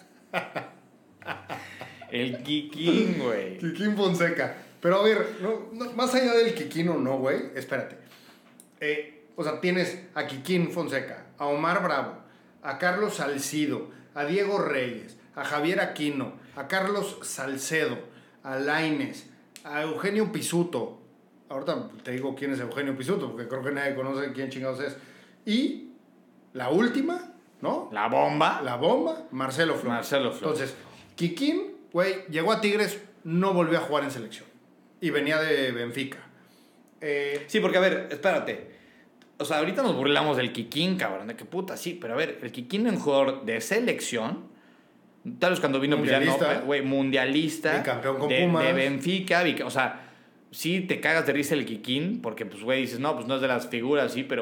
El Kikín, güey. Kikín Fonseca. Pero a ver, no, no, más allá del Kikín o no, güey, espérate. Eh, o sea, tienes a Kikín Fonseca, a Omar Bravo, a Carlos Salcido, a Diego Reyes, a Javier Aquino, a Carlos Salcedo, a Lainez, a Eugenio Pisuto. Ahorita te digo quién es Eugenio Pisuto, porque creo que nadie conoce quién chingados es. Y la última, ¿no? La bomba. La bomba, Marcelo Flores. Marcelo Flores. Entonces, Kikín, güey, llegó a Tigres, no volvió a jugar en selección. Y venía de Benfica. Eh, Sí, porque a ver, espérate. O sea, ahorita nos burlamos del Kikín, cabrón. De que puta, sí. Pero a ver, el Kikín es un jugador de selección. Tal vez cuando vino, pues ya no. Mundialista. Güey, mundialista. Bicampeón con de, Pumas. de Benfica. bica- O sea, sí te cagas de risa el Kikín. Porque, pues, güey, dices, no, pues no es de las figuras, sí. Pero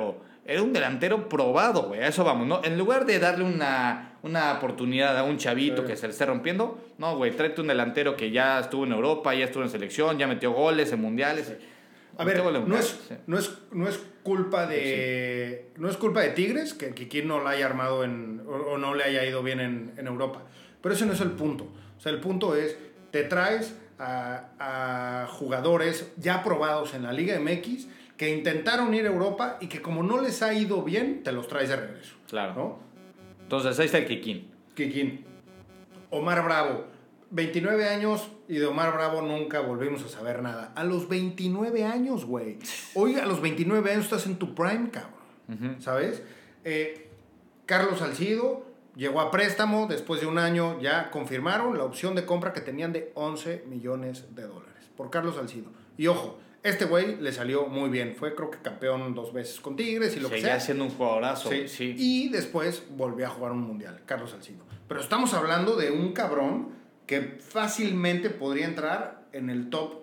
era un delantero probado, güey. A eso vamos, ¿no? En lugar de darle una, una oportunidad a un chavito Sí. que se le esté rompiendo, no, güey, tráete un delantero que ya estuvo en Europa, ya estuvo en selección, ya metió goles en mundiales. A ver, Metió goles en no mundiales, es, sí. no es, no es culpa de no es culpa de Tigres que Kikín no la haya armado en, o, o no le haya ido bien en, en Europa. Pero ese no es el punto. O sea, el punto es, te traes a, a jugadores ya probados en la Liga M X que intentaron ir a Europa y que como no les ha ido bien, te los traes de regreso. Claro. ¿No? Entonces ahí está el Kikín. Kikín. Omar Bravo, veintinueve años y de Omar Bravo nunca volvimos a saber nada. A los veintinueve años, güey. Hoy a los veintinueve años estás en tu prime, cabrón. Uh-huh. ¿Sabes? Eh, Carlos Salcido llegó a préstamo, después de un año ya confirmaron la opción de compra que tenían de once millones de dólares por Carlos Salcido. Y ojo, este güey le salió muy bien. Fue creo que campeón dos veces con Tigres y lo que Seguía sea. siendo un jugadorazo, Sí. sí. Y después volvió a jugar un mundial, Carlos Salcido. Pero estamos hablando de un cabrón que fácilmente podría entrar en el top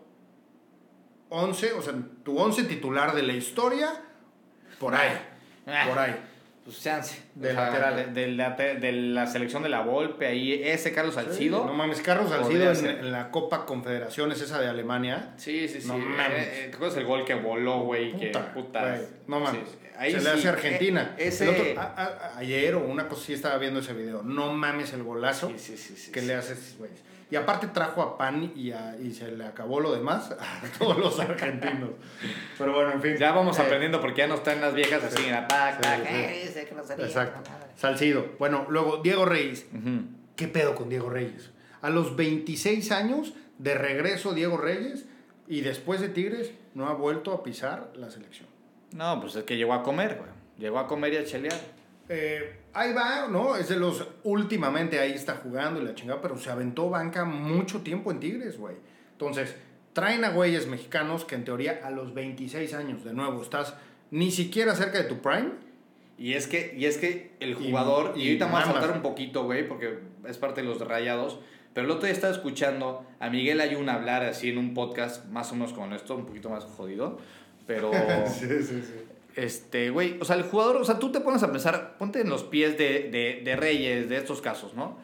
once, o sea, tu once titular de la historia, por ahí, Ah. por ahí. Pues chance. De O sea, lateral. De, de la, de la selección de la Volpe, ahí, ese Carlos Salcido. Sí, no mames, Carlos Salcido podría en, ser. en la Copa Confederaciones, esa de Alemania. Sí, sí, sí. No Eh, mames. eh, ¿Te acuerdas el gol que voló, güey? Que Puta, puta. güey, no mames. Sí, sí. Ahí se sí, le hace a Argentina. eh, ese... El otro- a- a- ayer o una cosa sí estaba viendo ese video. No mames el golazo Sí, sí, sí, sí, que sí. le hace a esos güeyes. Y aparte trajo a Pan y, a- y se le acabó lo demás a todos los argentinos. Pero bueno, en fin. Ya vamos Eh, aprendiendo porque ya no están las viejas así en ataque. Sí, tac, sí. eh, ese que no sería, Exacto. no, nada. Salcido. Bueno, luego Diego Reyes. Ujú. ¿Qué pedo con Diego Reyes? A los veintiséis años, de regreso Diego Reyes, y después de Tigres, no ha vuelto a pisar la selección. No, pues es que llegó a comer, güey. Llegó a comer y a chelear. Eh, ahí va, ¿no? Es de los... Últimamente ahí está jugando y la chingada, pero se aventó banca mucho tiempo en Tigres, güey. Entonces, traen a güeyes mexicanos que en teoría a los veintiséis años, de nuevo, estás ni siquiera cerca de tu prime. Y es que, y es que el Y- jugador, y, y ahorita vamos a mamas. saltar un poquito, güey, porque es parte de los Rayados, pero el otro día estaba escuchando a Miguel Ayuna hablar así en un podcast, más o menos como esto, un poquito más jodido, pero... sí, sí, sí. Este, güey, o sea, el jugador, o sea, tú te pones a pensar, ponte en los pies de, de, de Reyes, de estos casos, ¿no?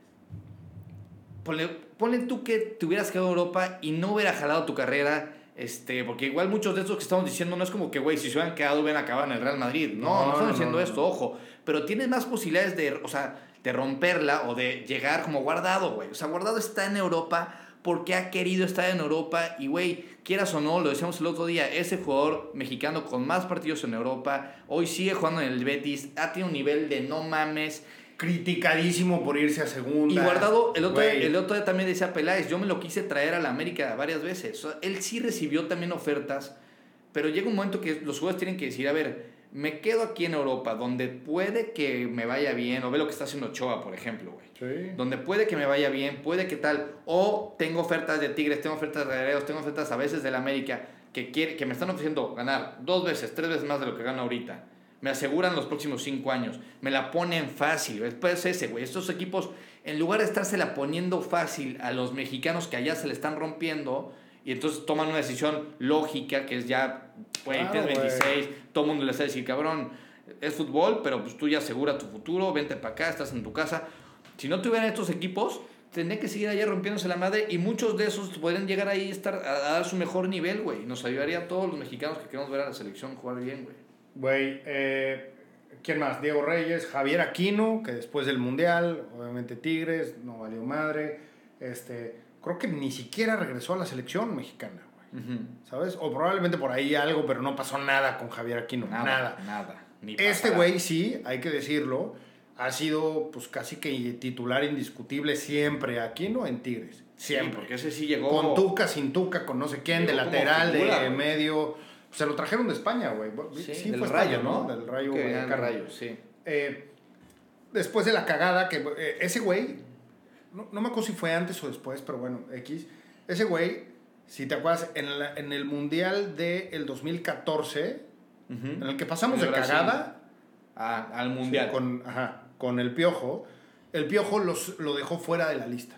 Ponle, ponle tú que te hubieras quedado en Europa y no hubiera jalado tu carrera, este, porque igual muchos de estos que estamos diciendo no es como que, güey, si se hubieran quedado hubieran acabado en el Real Madrid. No, no, No, estamos no, diciendo no, esto, no. ojo, pero tienes más posibilidades de, o sea, de romperla o de llegar como Guardado, güey. O sea, Guardado está en Europa porque ha querido estar en Europa y, güey, quieras o no, lo decíamos el otro día, ese jugador mexicano con más partidos en Europa, hoy sigue jugando en el Betis, ha tenido un nivel de no mames. Criticadísimo por irse a segunda. Y Guardado, el otro, Güey. el otro día también decía Peláez, yo me lo quise traer a la América varias veces. O sea, él sí recibió también ofertas, pero llega un momento que los jugadores tienen que decir, a ver, me quedo aquí en Europa, donde puede que me vaya bien, o ve lo que está haciendo Ochoa, por ejemplo, güey. Sí. Donde puede que me vaya bien, puede que tal, o tengo ofertas de Tigres, tengo ofertas de Guerreros, tengo ofertas a veces de la América, que, quiere, que me están ofreciendo ganar dos veces, tres veces más de lo que gano ahorita. Me aseguran los próximos cinco años. Me la ponen fácil. Después ese, güey. Estos equipos, en lugar de estársela poniendo fácil a los mexicanos que allá se le están rompiendo, y entonces toman una decisión lógica, que es ya, güey, Claro, tienes veintiséis, güey. todo el mundo les va a decir, cabrón, es fútbol, pero pues tú ya asegura tu futuro, vente para acá, estás en tu casa. Si no tuvieran estos equipos, tendrían que seguir allá rompiéndose la madre, y muchos de esos podrían llegar ahí a, estar, a, a dar su mejor nivel, güey. Nos ayudaría a todos los mexicanos que queremos ver a la selección jugar bien, güey. Güey, eh, ¿quién más? Diego Reyes, Javier Aquino, que después del Mundial, obviamente Tigres, no valió madre. Este, creo que ni siquiera regresó a la selección mexicana, güey. Uh-huh. ¿Sabes? O probablemente por ahí algo, pero no pasó nada con Javier Aquino. Nada, Nada. nada. Ni Este pasará. güey sí, hay que decirlo, ha sido pues casi que titular indiscutible siempre Aquino en Tigres. Siempre. Sí, porque ese sí llegó... Con Tuca, sin Tuca, con no sé quién, de Llegó como lateral, figura, de güey. medio. Se lo trajeron de España, güey. Sí, Sí, del fue Rayo, España, ¿no? Del Rayo. Que venían Vallecano. Rayo, sí. Eh, después de la cagada, que eh, ese güey, no, no me acuerdo si fue antes o después, pero bueno, X. Ese güey, si te acuerdas, en, la- en el Mundial del dos mil catorce, Uh-huh. en el que pasamos En de Brasil. cagada Ah, al Mundial. sí, con, ajá, con el Piojo, el Piojo los, lo dejó fuera de la lista.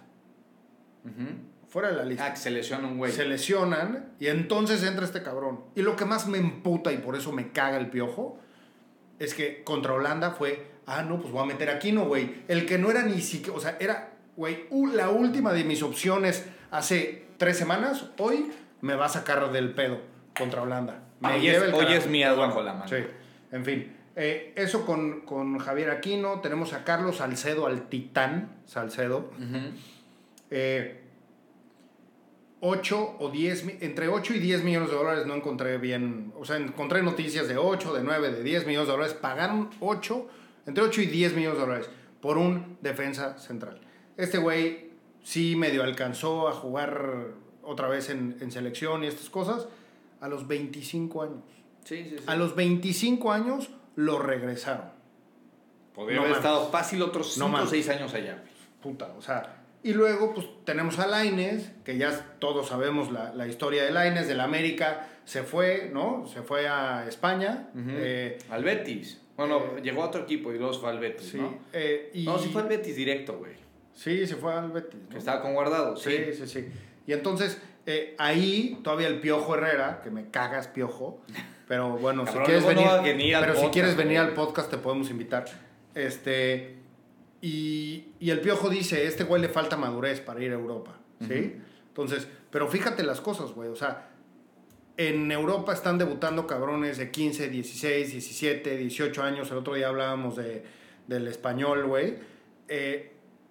Uh-huh. Fuera de la lista. Ah, que se lesiona un güey. Se lesionan y entonces entra este cabrón. Y lo que más me emputa y por eso me caga el Piojo es que contra Holanda fue, ah, no, pues voy a meter a Aquino, güey. El que no era ni siquiera, o sea, era, güey, la última de mis opciones hace tres semanas, hoy me va a sacar del pedo contra Holanda. Me hoy lleva es, el hoy carajo. es mía bajo la mano. Sí, en fin. Eh, eso con, con Javier Aquino. Tenemos a Carlos Salcedo, al titán Salcedo. Uh-huh. Eh, ocho o diez, entre ocho y diez millones de dólares no encontré bien. O sea, encontré noticias de ocho, de nueve, de diez millones de dólares. Pagaron ocho, entre ocho y diez millones de dólares por un defensa central. Este güey sí medio alcanzó a jugar otra vez en, en selección y estas cosas a los veinticinco años. Sí, sí, sí. A los veinticinco años lo regresaron. Podría no haber mames. estado fácil otros cinco o No seis años allá. Puta, o sea... Y luego, pues, tenemos a Lainez, que ya todos sabemos la, la historia de Lainez, del América. Se fue, ¿no? Se fue a España. Uh-huh. eh, al Betis. Bueno, eh, llegó a otro equipo y luego se fue al Betis, sí, ¿no? Eh, y, No, sí fue al Betis directo, güey. Sí, se fue al Betis, ¿no? Que estaba con Guardado, sí. Sí, sí, sí. Y entonces, eh, ahí todavía el Piojo Herrera, que me cagas, Piojo, pero bueno, Cabrón, si quieres luego venir, no va a venir al pero podcast, si quieres venir güey. al podcast te podemos invitar. Este, y, y el Piojo dice, este güey le falta madurez para ir a Europa, ¿sí? Uh-huh. Entonces, pero fíjate las cosas, güey, o sea, en Europa están debutando cabrones de quince, dieciséis, diecisiete, dieciocho años. El otro día hablábamos de, del Español, güey. Eh,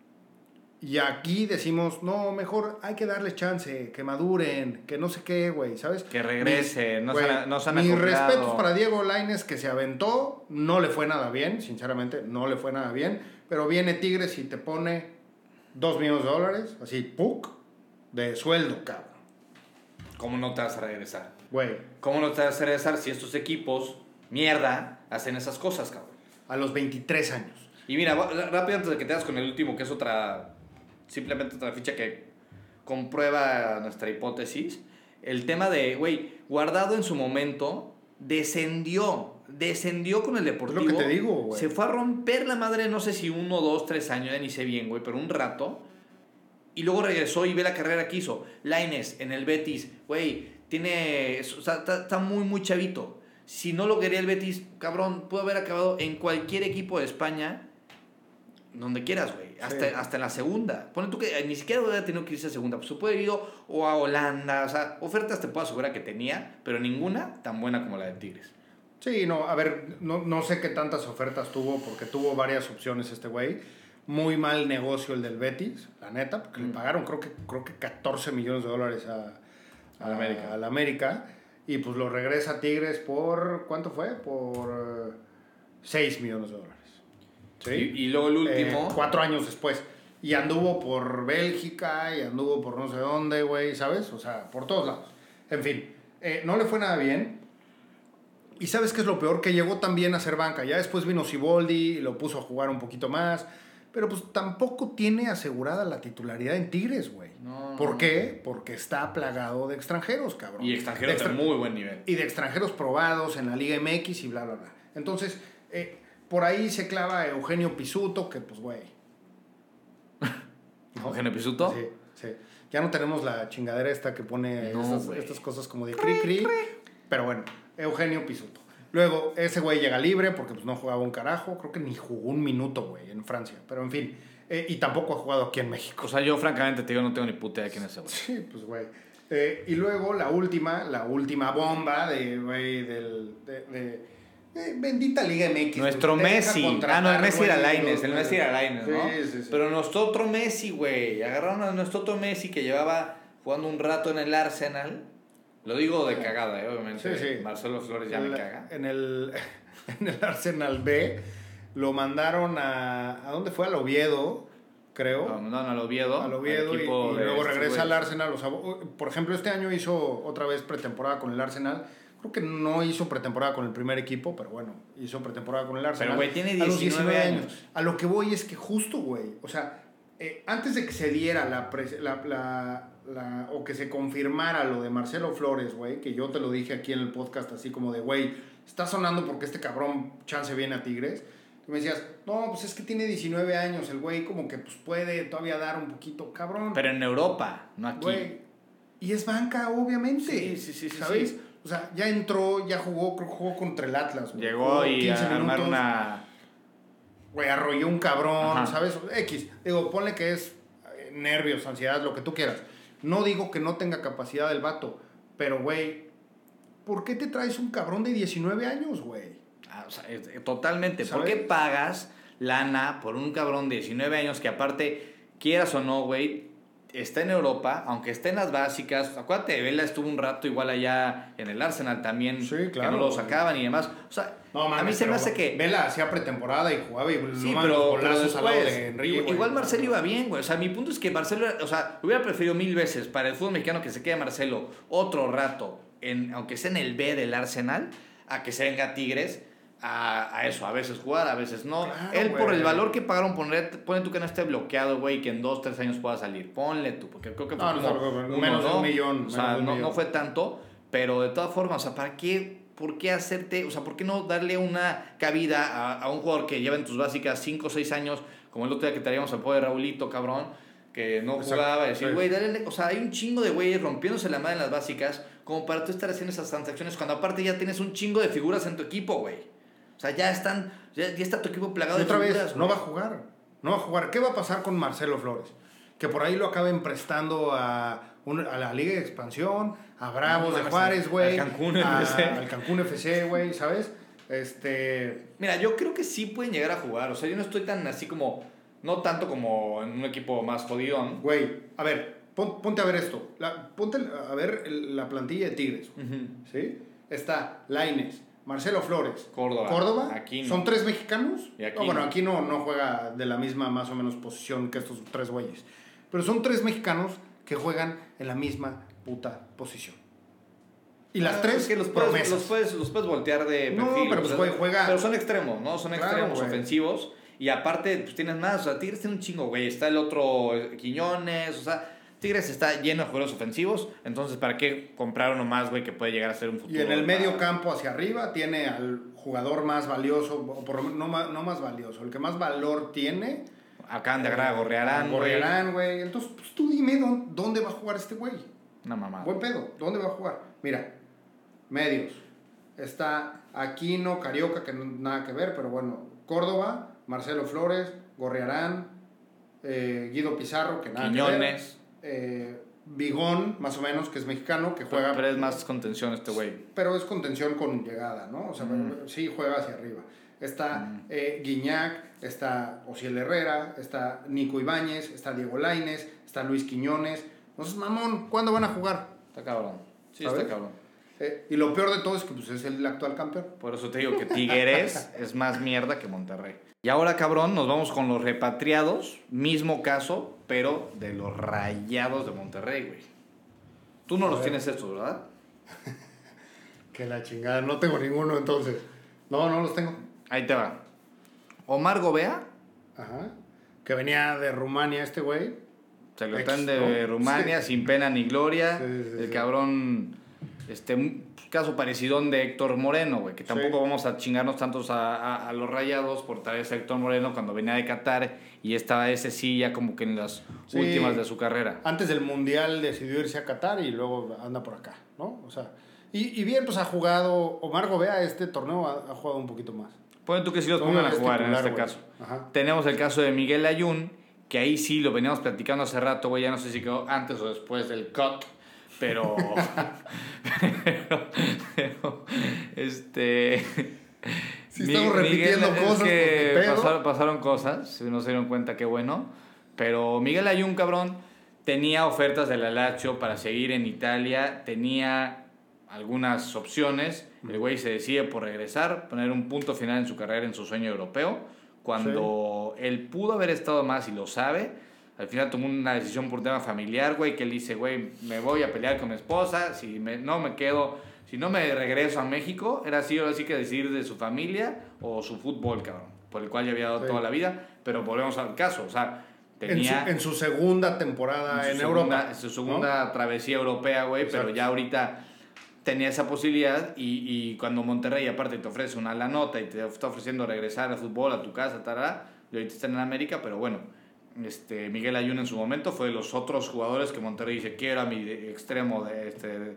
y aquí decimos, no, mejor hay que darles chance, que maduren, que no sé qué, güey, ¿sabes? Que regrese, no, güey, se han, no se han mis acoplado. respetos para Diego Lainez, que se aventó, no le fue nada bien, sinceramente, no le fue nada bien, pero viene Tigres y te pone dos millones de dólares, así, ¡puc!, de sueldo, cabrón. ¿Cómo no te vas a regresar? Güey. ¿Cómo no te vas a regresar si estos equipos, mierda, hacen esas cosas, cabrón? A los veintitrés años. Y mira, rápido antes de que te das con el último, que es otra, simplemente otra ficha que comprueba nuestra hipótesis. El tema de, güey, Guardado en su momento descendió, descendió con el Deportivo. Es lo que te digo, güey. Se fue a romper la madre, no sé si uno, dos, tres años, ya ni sé bien, güey, pero un rato. Y luego regresó y ve la carrera que hizo. Lainez en el Betis, güey, tiene, o sea, está, está muy, muy chavito. Si no lo quería el Betis, cabrón, pudo haber acabado en cualquier equipo de España, donde quieras, güey. Hasta, sí. hasta en la segunda. Pone tú que ni siquiera hubiera tenido que irse a segunda. Pues se puede haber ido o a Holanda. O sea, ofertas te puedo asegurar que tenía, pero ninguna tan buena como la de Tigres. Sí, no, a ver, no, no sé qué tantas ofertas tuvo, porque tuvo varias opciones este güey. Muy mal negocio el del Betis, la neta, porque mm. le pagaron creo que, creo que catorce millones de dólares a, a, a América. A la América. Y pues lo regresa a Tigres por, ¿cuánto fue? Por seis millones de dólares. ¿Sí? Y, y luego el último... Eh, cuatro años después. Y anduvo por Bélgica, y anduvo por no sé dónde, güey, ¿sabes? O sea, por todos lados. En fin, eh, no le fue nada bien. Y ¿sabes qué es lo peor? Que llegó también a ser banca. Ya después vino Siboldi y lo puso a jugar un poquito más. Pero pues tampoco tiene asegurada la titularidad en Tigres, güey. No, ¿Por no. qué? Porque está plagado de extranjeros, cabrón. Y extranjeros de, extra- de muy buen nivel. Y de extranjeros probados en la Liga M X y bla, bla, bla. Entonces, eh, por ahí se clava Eugenio Pisuto, que pues, güey. ¿No? ¿Eugenio Pisuto? Sí, sí. Ya no tenemos la chingadera esta que pone no, estas, estas cosas como de cri, cri. Pero bueno, Eugenio Pisuto. Luego, ese güey llega libre porque pues, no jugaba un carajo. Creo que ni jugó un minuto, güey, en Francia. Pero en fin. Eh, y tampoco ha jugado aquí en México. O sea, yo francamente te digo, no tengo ni puta idea de quién es ese güey. Sí, pues güey. Eh, y luego la última, la última bomba de, güey, del... De, de, de bendita Liga M X. Nuestro Messi. Ah, no, el Messi era Lainez. El Messi era Lainez, ¿no? Sí, sí, sí. Pero nuestro otro Messi, güey. Agarraron a nuestro otro Messi que llevaba jugando un rato en el Arsenal. Lo digo de cagada, ¿eh? Obviamente. Sí, sí. Marcelo Flores ya el, me caga. En el, en el Arsenal B lo mandaron a... ¿A dónde fue? Al Oviedo, creo. Lo mandaron al Oviedo. Al Oviedo y, y luego regresa al Arsenal. O sea, por ejemplo, este año hizo otra vez pretemporada con el Arsenal. Creo que no hizo pretemporada con el primer equipo, pero bueno, hizo pretemporada con el Arsenal. Pero, güey, tiene diecinueve, a los diecinueve años. años. A lo que voy es que justo, güey, o sea, eh, antes de que se diera la, la, la, la... o que se confirmara lo de Marcelo Flores, güey, que yo te lo dije aquí en el podcast así como de, güey, está sonando porque este cabrón chance viene a Tigres. Y me decías, no, pues es que tiene diecinueve años, el güey como que pues puede todavía dar un poquito, cabrón. Pero en Europa, no aquí. Güey, y es banca, obviamente. Sí, sí, sí, ¿sabes? Sí. O sea, ya entró, ya jugó, jugó contra el Atlas. Güey. Llegó jugó y a armar una... Güey, arrolló un cabrón, Ajá. ¿sabes? X. Digo, ponle que es nervios, ansiedad, lo que tú quieras. No digo que no tenga capacidad el vato, pero, güey, ¿por qué te traes un cabrón de diecinueve años, güey? Ah, o sea, totalmente. ¿Sabes? ¿Por qué pagas lana por un cabrón de diecinueve años que aparte, quieras o no, güey, está en Europa, aunque esté en las básicas? Acuérdate, Vela estuvo un rato igual allá en el Arsenal también, sí, claro, que no lo sacaban y demás. O sea, no, mames, a mí se me hace que... Vela hacía pretemporada y jugaba y sí, no, pero, pero después, de Henry, igual, igual Marcelo iba bien, güey. O sea, mi punto es que Marcelo, o sea, hubiera preferido mil veces para el fútbol mexicano que se quede Marcelo otro rato, en, aunque sea en el B del Arsenal, a que se venga a Tigres. A, a eso, a veces jugar, a veces no. Claro, Él güey. Por el valor que pagaron, ponle, ponle tú que no esté bloqueado, güey, y que en dos, tres años pueda salir. Ponle tú, porque creo que fue no, como no, no, menos de un millón. O sea, no, no fue tanto, pero de todas formas, o sea, ¿para qué, por qué hacerte, o sea, por qué no darle una cabida a, a un jugador que lleva en tus básicas cinco o seis años, como el otro día que traíamos al pobre Raulito, cabrón, que no Exacto. jugaba, decir, güey, dale, o sea, hay un chingo de güeyes rompiéndose la madre en las básicas, como para tú estar haciendo esas transacciones, cuando aparte ya tienes un chingo de figuras en tu equipo, güey. O sea, ya están, ya, ya está tu equipo plagado y de otra figuras, vez, no va a jugar, no va a jugar. ¿Qué va a pasar con Marcelo Flores? Que por ahí lo acaben prestando a, un, a la Liga de Expansión, a Bravos no, de Juárez, güey. Al Cancún F C. Al Cancún F C, güey, ¿sabes? Este... Mira, yo creo que sí pueden llegar a jugar. O sea, yo no estoy tan así como, no tanto como en un equipo más jodidón. Güey, a ver, pon, ponte a ver esto. La, ponte a ver la plantilla de Tigres, uh-huh. ¿sí? Está Lainez, Marcelo Flores, Córdoba, Córdoba Aquino. ¿Son tres mexicanos? Y no, bueno, aquí no, no juega de la misma más o menos posición que estos tres güeyes. Pero son tres mexicanos que juegan en la misma puta posición. Y las ah, tres es que los puedes, promesas. Los puedes, los puedes voltear de perfil. No, pero pues, güey, juega... Pero son extremos, ¿no? Son extremos claro, ofensivos. Y aparte, pues tienes más. O sea, Tigres tiene un chingo, güey. Está el otro Quiñones, o sea... Tigres está lleno de jugadores ofensivos, entonces ¿para qué comprar uno más, güey, que puede llegar a ser un futuro? Y en el para... medio campo hacia arriba tiene al jugador más valioso, o por no más, no más valioso, el que más valor tiene. Acaban de agarrar a Gorriarán, güey. Gorriarán, güey. Entonces, pues tú dime dónde, dónde va a jugar este güey. Una mamá. Buen pedo, ¿dónde va a jugar? Mira, medios. Está Aquino, Carioca, que no nada que ver, pero bueno, Córdoba, Marcelo Flores, Gorriarán, eh, Guido Pizarro, que nada Quiñones. que ver. Eh, Bigón, más o menos, que es mexicano, que juega... Pero es más contención este güey. Pero es contención con llegada, ¿no? O sea, mm. sí juega hacia arriba. Está mm. eh, Guiñac, está Ociel Herrera, está Nico Ibáñez, está Diego Lainez, está Luis Quiñones. Entonces, mamón, ¿cuándo van a jugar? Está cabrón. Sí, ¿sabes? está cabrón. Eh, y lo peor de todo es que pues, es el actual campeón. Por eso te digo que Tigres es más mierda que Monterrey. Y ahora, cabrón, nos vamos con los repatriados. Mismo caso, pero de los Rayados de Monterrey, güey. Tú no a los ver. Tienes estos, ¿verdad? Que la chingada. No tengo ninguno, entonces. No, no los tengo. Ahí te va. Omar Gobea. Ajá. Que venía de Rumania este güey. Se lo traen de ¿no? Rumania, sí. Sin pena ni gloria. Sí, sí, el sí. cabrón... Este, un caso parecidón de Héctor Moreno, güey, que tampoco sí. vamos a chingarnos tantos a, a, a los Rayados por traer a Héctor Moreno cuando venía de Qatar y estaba ese sí ya como que en las sí. últimas de su carrera. Antes del Mundial decidió irse a Qatar y luego anda por acá, ¿no? O sea, y, y bien, pues ha jugado, Omar Gobea este torneo ha, ha jugado un poquito más. Pueden tú que sí los pongan a jugar titular, en este wey. Caso. Ajá. Tenemos el caso de Miguel Ayun, que ahí sí lo veníamos platicando hace rato, güey, ya no sé si quedó antes o después del cut. Pero, pero, pero, este... Si sí estamos repitiendo Miguel, cosas, es que pedo. Pasaron, pasaron cosas, si no se dieron cuenta, qué bueno. Pero Miguel Ayun, cabrón, tenía ofertas de la Lazio para seguir en Italia, tenía algunas opciones. El güey se decide por regresar, poner un punto final en su carrera, en su sueño europeo. Cuando sí. él pudo haber estado más y lo sabe... Al final tomó una decisión por tema familiar, güey, que él dice, güey, me voy a pelear con mi esposa, si me, no me quedo, si no me regreso a México, era así, ahora sí que decidir de su familia o su fútbol, cabrón, por el cual ya había dado sí. toda la vida, pero volvemos al caso, o sea, tenía... En su, en su segunda temporada en, en Europa. Segunda, en su segunda ¿no? travesía europea, güey, pero ya ahorita tenía esa posibilidad y, y cuando Monterrey aparte te ofrece una la nota y te está ofreciendo regresar al fútbol, a tu casa, tará, y ahorita están en América, pero bueno... Este, Miguel Ayun en su momento fue de los otros jugadores que Monterrey dice quiero a mi extremo de, este,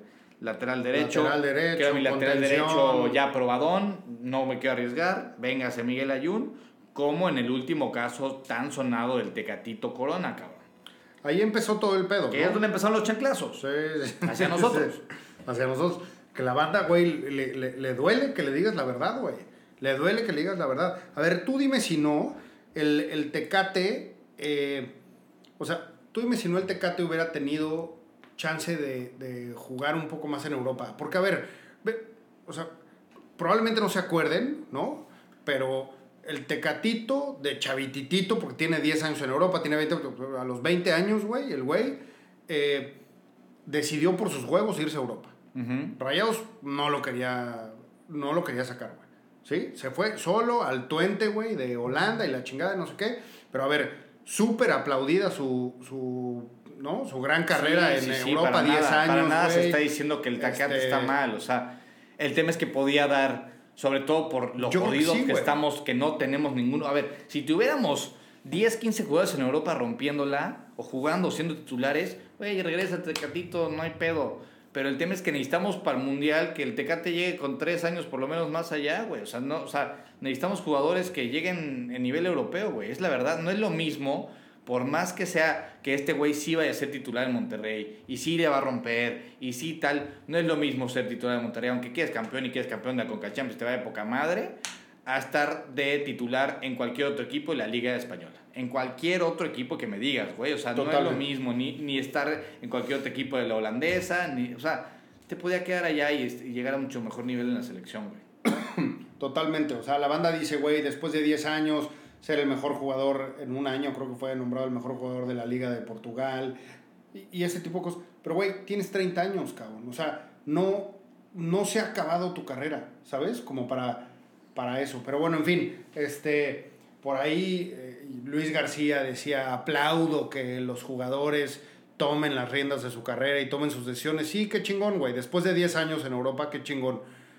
lateral derecho. Lateral derecho, que era mi lateral contención. derecho ya probadón, no me quiero arriesgar, véngase Miguel Ayun, como en el último caso tan sonado del Tecatito Corona, cabrón. Ahí empezó todo el pedo, Que ¿no? es donde empezaron los chanclazos. Sí, sí. Hacia nosotros. Sí, hacia nosotros. Que la banda, güey, le, le, le duele que le digas la verdad, güey. Le duele que le digas la verdad. A ver, tú dime si no, el, el Tecate, eh, o sea, tú dime si no el Tecate hubiera tenido chance de, de jugar un poco más en Europa. Porque, a ver, ve, o sea, probablemente no se acuerden, ¿no? Pero el Tecatito de chavititito, porque tiene diez años en Europa, tiene veinte, a los veinte años, güey, el güey eh, decidió por sus huevos irse a Europa. Uh-huh. Rayados no lo quería, no lo quería sacar, güey. ¿Sí? Se fue solo al Twente, güey, de Holanda y la chingada, no sé qué. Pero a ver, súper aplaudida su, su, ¿no? Su gran carrera sí, en sí, Europa, sí, diez nada, años, para nada güey. se está diciendo que el Tecate Este... está mal, o sea, el tema es que podía dar, sobre todo por lo Yo creo que jodidos sí, que güey. estamos, que no tenemos ninguno. A ver, si tuviéramos diez, quince jugadores en Europa rompiéndola, o jugando, siendo titulares, güey, regresa Tecatito, no hay pedo. Pero el tema es que necesitamos para el Mundial que el Tecate llegue con tres años por lo menos más allá, güey. O sea, no, o sea, necesitamos jugadores que lleguen en nivel europeo, güey. Es la verdad, no es lo mismo, por más que sea que este güey sí vaya a ser titular en Monterrey, y sí le va a romper, y sí tal, no es lo mismo ser titular en Monterrey, aunque quieres campeón y quieres campeón de la Conca Champions, te va de poca madre, a estar de titular en cualquier otro equipo de la Liga Española. En cualquier otro equipo que me digas, güey. O sea, Totalmente. No es lo mismo ni, ni estar en cualquier otro equipo de la holandesa, ni, o sea, te podía quedar allá y, y llegar a mucho mejor nivel en la selección, güey. Totalmente. O sea, la banda dice, güey, después de diez años, ser el mejor jugador en un año, creo que fue nombrado el mejor jugador de la Liga de Portugal, y, y ese tipo de cosas. Pero, güey, tienes treinta años, cabrón. O sea, no, no se ha acabado tu carrera, ¿sabes? Como para... para eso, pero bueno, en fin, este, por ahí eh, Luis García decía, aplaudo que los jugadores tomen las riendas de su carrera y tomen sus decisiones. Sí, qué chingón, güey, después de diez años en Europa, qué chingón,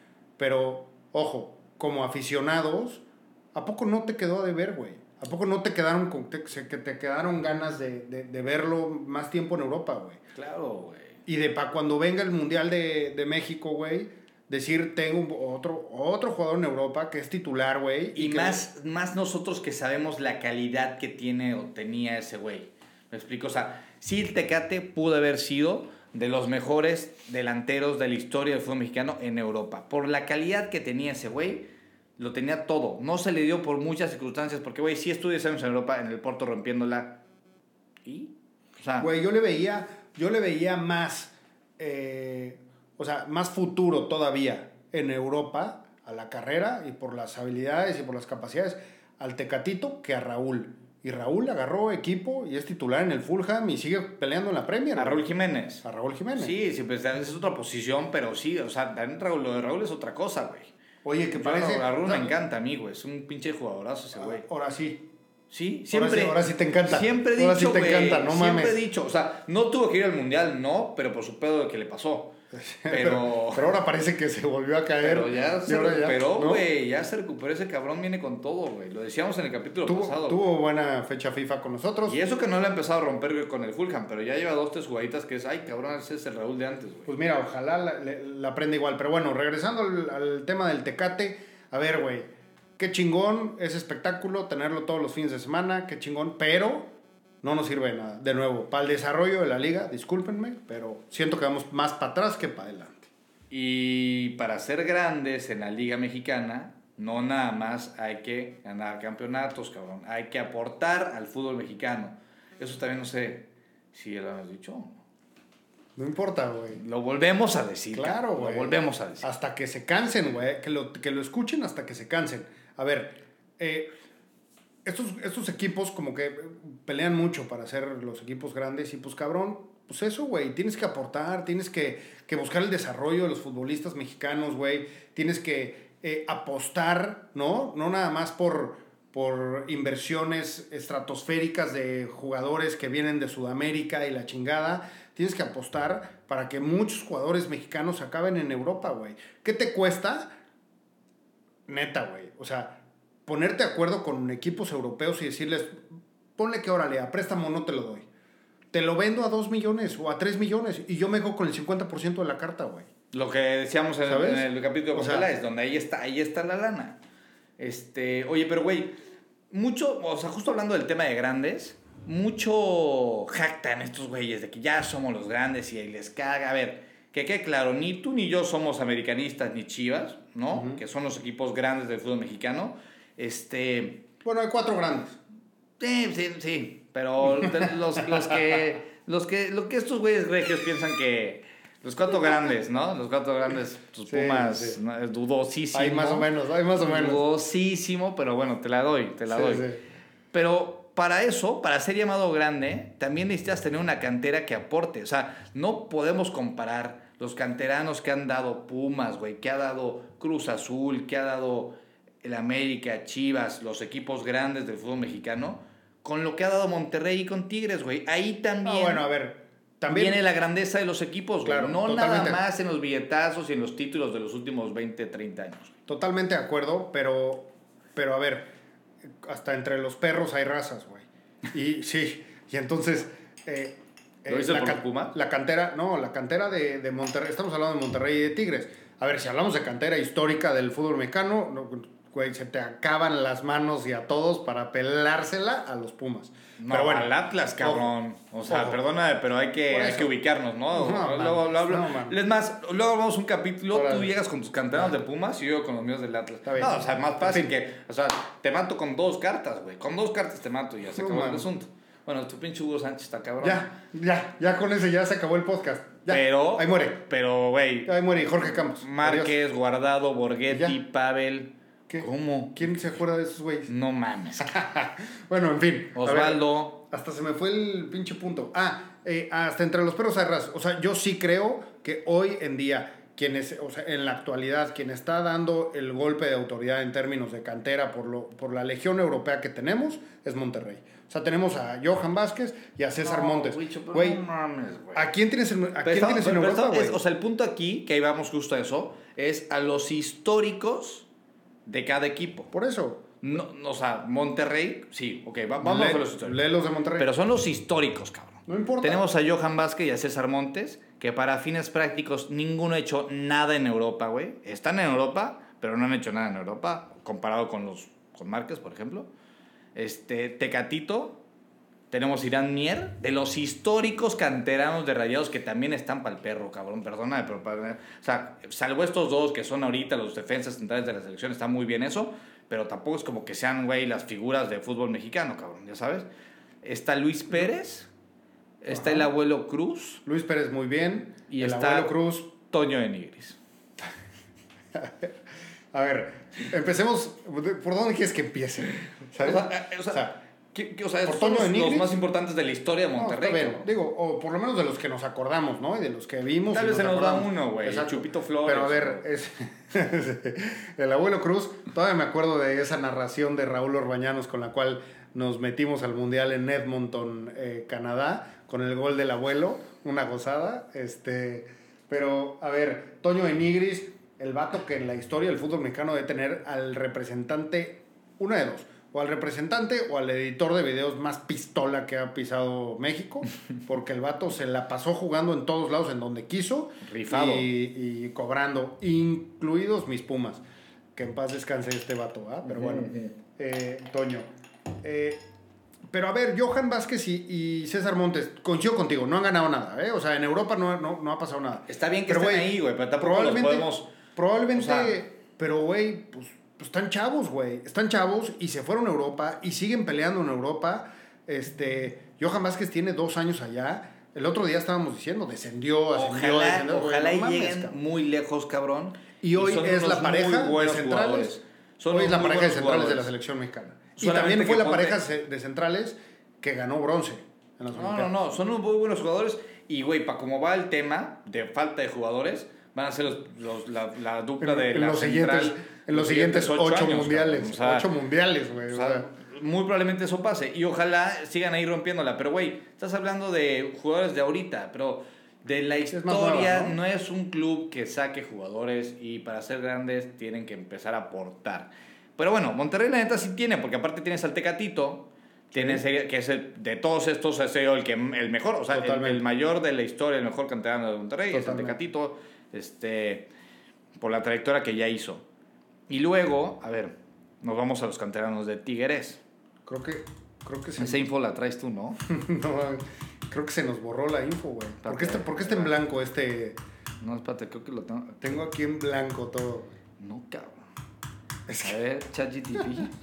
pero, ojo, como aficionados, ¿a poco no te quedó a deber, güey? ¿A poco no te quedaron, te, que te quedaron ganas de, de, de verlo más tiempo en Europa, güey? Claro, güey. Y de para cuando venga el Mundial de, de México, güey, decir, tengo otro, otro jugador en Europa que es titular, güey. Y, y que... más, más nosotros que sabemos la calidad que tiene o tenía ese güey. ¿Me explico? O sea, sí, el Tecate pudo haber sido de los mejores delanteros de la historia del fútbol mexicano en Europa. Por la calidad que tenía ese güey, lo tenía todo. No se le dio por muchas circunstancias, porque, güey, sí estuvo diez años en Europa, en el Porto rompiéndola. ¿Y? O sea... Güey, yo le veía, yo le veía más... Eh... O sea, más futuro todavía en Europa a la carrera y por las habilidades y por las capacidades al Tecatito que a Raúl. Y Raúl agarró equipo y es titular en el Fulham y sigue peleando en la Premier. A Raúl Jiménez. A Raúl Jiménez. Sí, sí, pues es otra posición, pero sí, o sea, Raúl, lo de Raúl es otra cosa, güey. Oye, que parece... No, Raúl me encanta a mí, güey. Es un pinche jugadorazo ese güey. Ahora sí. Sí, siempre. Ahora sí, ahora sí te encanta. Siempre he dicho, ahora sí te güey, encanta, no siempre mames. he dicho, o sea, no tuvo que ir al Mundial, no, pero por su pedo de que le pasó. Pero, pero, pero ahora parece que se volvió a caer. Pero ya se ya, recuperó, ¿no? güey. Ya se recuperó. Ese cabrón, viene con todo, güey. Lo decíamos en el capítulo tuvo, pasado. Tuvo buena fecha FIFA con nosotros. Y eso que no le ha empezado a romper con el Fulham, pero ya lleva dos, tres jugaditas que es, ay, cabrón, ese es el Raúl de antes, güey. Pues mira, ojalá la, la, la aprenda igual. Pero bueno, regresando al, al tema del Tecate. A ver, güey. Qué chingón, es espectáculo tenerlo todos los fines de semana. Qué chingón, pero... no nos sirve de nada. De nuevo, para el desarrollo de la liga, discúlpenme, pero siento que vamos más para atrás que para adelante. Y para ser grandes en la Liga Mexicana, no nada más hay que ganar campeonatos, cabrón. Hay que aportar al fútbol mexicano. Eso también no sé si ya lo hemos dicho. No importa, güey. Lo volvemos a decir. Claro, güey. Lo volvemos a decir. Hasta que se cansen, güey. Que lo, que lo escuchen hasta que se cansen. A ver, eh... Estos, estos equipos como que pelean mucho para ser los equipos grandes y pues cabrón, pues eso, güey, tienes que aportar, tienes que, que buscar el desarrollo de los futbolistas mexicanos, güey, tienes que eh, apostar, ¿no? No nada más por, por inversiones estratosféricas de jugadores que vienen de Sudamérica y la chingada, tienes que apostar para que muchos jugadores mexicanos acaben en Europa, güey. ¿Qué te cuesta? Neta, güey, o sea... ponerte de acuerdo con equipos europeos y decirles, ponle que órale, a préstamo no te lo doy. Te lo vendo a dos millones o a tres millones y yo me hago con el cincuenta por ciento de la carta, güey. Lo que decíamos en, en el capítulo de Peláez, donde ahí está, ahí está la lana. Este, oye, pero güey, mucho, o sea, justo hablando del tema de grandes, mucho jactan estos güeyes de que ya somos los grandes y ahí les caga. A ver, que quede claro, ni tú ni yo somos americanistas ni Chivas, ¿no? Uh-huh. Que son los equipos grandes del fútbol mexicano. Este... Bueno, hay cuatro grandes. Sí, sí, sí, pero los, los que... Los que, lo que estos güeyes regios piensan que... Los cuatro grandes, ¿no? Los cuatro grandes, tus sí, Pumas, sí. ¿no? Es dudosísimo. Hay más o menos, hay más o menos. Dudosísimo, pero bueno, te la doy, te la sí, doy. Sí. Pero para eso, para ser llamado grande, también necesitas tener una cantera que aporte. O sea, no podemos comparar los canteranos que han dado Pumas, güey, que ha dado Cruz Azul, que ha dado el América, Chivas, los equipos grandes del fútbol mexicano, con lo que ha dado Monterrey y con Tigres, güey. Ahí también... Ah, bueno, a ver... También, viene la grandeza de los equipos, claro, no totalmente. Nada más en los billetazos y en los títulos de los últimos veinte, treinta años. Totalmente de acuerdo, pero, pero a ver, hasta entre los perros hay razas, güey. Y sí, y entonces... Eh, ¿Lo dice eh, por la, los Pumas? La cantera, no, la cantera de, de Monterrey, estamos hablando de Monterrey y de Tigres. A ver, si hablamos de cantera histórica del fútbol mexicano, no, güey, se te acaban las manos y a todos para pelársela a los Pumas. No, pero bueno, al Atlas, cabrón. Ojo, o sea, ojo. perdóname, pero hay que, hay que ubicarnos, ¿no? no luego, lo hablo. No, es más, luego hablamos un capítulo, Ahora, tú llegas con tus canteranos no. de Pumas y yo con los míos del Atlas. Está bien. No, o sea, más fácil sí. que... O sea, te mato con dos cartas, güey. Con dos cartas te mato y ya se no, acabó man. el asunto. Bueno, tu pinche Hugo Sánchez está cabrón. Ya, ya, ya con ese ya se acabó el podcast. Ya, pero... Ahí muere. Pero, güey... Ahí muere Jorge Campos. Márquez, Adiós. Guardado, Borghetti, Pavel... ¿Qué? ¿Cómo? ¿Quién se acuerda de esos güeyes? No mames. Bueno, en fin. Osvaldo. Ver, hasta se me fue el pinche punto. Ah, eh, hasta entre los perros hay razas. O sea, yo sí creo que hoy en día, quien es, o sea, en la actualidad, quien está dando el golpe de autoridad en términos de cantera por, lo, por la legión europea que tenemos, es Monterrey. O sea, tenemos a Johan Vázquez y a César no, Montes. Güey, no mames, güey. ¿A quién tienes en, a quién está, tienes en Europa, güey? O sea, el punto aquí, que ahí vamos justo a eso, es a los históricos de cada equipo. Por eso. No, no, o sea, Monterrey, sí, ok, va, vamos Le, a los históricos. Lee los de Monterrey. Pero son los históricos, cabrón. No importa. Tenemos a Johan Vázquez y a César Montes, que para fines prácticos ninguno ha hecho nada en Europa, güey. Están en Europa, pero no han hecho nada en Europa, comparado con los con Márquez, por ejemplo. Este, Tecatito, tenemos Irán Mier, de los históricos canteranos de Rayados que también están para el perro, cabrón, perdóname, pero para, o sea, salvo estos dos que son ahorita los defensas centrales de la selección, está muy bien eso, pero tampoco es como que sean, güey, las figuras de fútbol mexicano, cabrón, ya sabes. Está Luis Pérez, está Ajá. el abuelo Cruz. Luis Pérez muy bien, y el está abuelo Cruz. Toño de Nigris. A ver, empecemos, ¿por dónde quieres que empiece? ¿Sabes? O sea, o sea, o sea ¿Qué, qué, o sea, por son los, los más importantes de la historia de Monterrey. No, bien, digo, o por lo menos de los que nos acordamos, ¿no? Y de los que vimos. Tal vez se nos da uno, güey. Chupito Flores. Pero a ver, es, el abuelo Cruz, todavía me acuerdo de esa narración de Raúl Orbañanos con la cual nos metimos al Mundial en Edmonton, eh, Canadá, con el gol del abuelo, una gozada. Este, pero, a ver, Toño de Nigris, el vato que en la historia del fútbol mexicano debe tener al representante, una de dos. O al representante o al editor de videos más pistola que ha pisado México, porque el vato se la pasó jugando en todos lados, en donde quiso. Rifado. Y, y cobrando, incluidos mis Pumas. Que en paz descanse este vato, ¿ah? Pero bueno, eh, Toño. Eh, pero a ver, Johan Vázquez y, y César Montes, coincido contigo, no han ganado nada, ¿eh? O sea, en Europa no, no, no ha pasado nada. Está bien que pero, estén wey, ahí, güey, pero tampoco probablemente, los podemos... Probablemente, o sea, pero güey, pues... Pues están chavos, güey. Están chavos y se fueron a Europa y siguen peleando en Europa. Este, Johan Vázquez tiene dos años allá. El otro día estábamos diciendo, descendió, ascendió, ojalá, descendió. Ojalá güey, y no mames, lleguen cabrón. muy lejos, cabrón. Y hoy y es la pareja de centrales. Son hoy es la pareja de centrales jugadores. de la selección mexicana. Solamente y también fue la ponte... pareja de centrales que ganó bronce en las No, Olimpiadas. no, no. Son muy buenos jugadores. Y, güey, para cómo va el tema de falta de jugadores, van a ser los, los, la, la dupla en, de en la los central. Siguientes, en los siguientes ocho, ocho años, mundiales. O sea, ocho mundiales, güey. O sea, muy probablemente eso pase. Y ojalá sigan ahí rompiéndola. Pero, güey, estás hablando de jugadores de ahorita. Pero de la historia, nueva, ¿no? No es un club que saque jugadores. Y para ser grandes tienen que empezar a aportar. Pero bueno, Monterrey la neta sí tiene. Porque aparte tienes al Tecatito. Tienes, que es el, de todos estos es el, que, el mejor. O sea, el, el mayor de la historia, el mejor canterano de Monterrey. Totalmente. Es el Tecatito. este, por la trayectoria que ya hizo. Y luego, a ver, nos vamos a los canteranos de Tigres. Creo que, creo que sí. Esa info la traes tú, ¿no? No, creo que se nos borró la info, güey. ¿Por qué está, ¿por qué está en blanco este...? No, espérate, creo que lo tengo. Tengo aquí en blanco todo. No, cabrón. Es A que, ver, ChatGPT.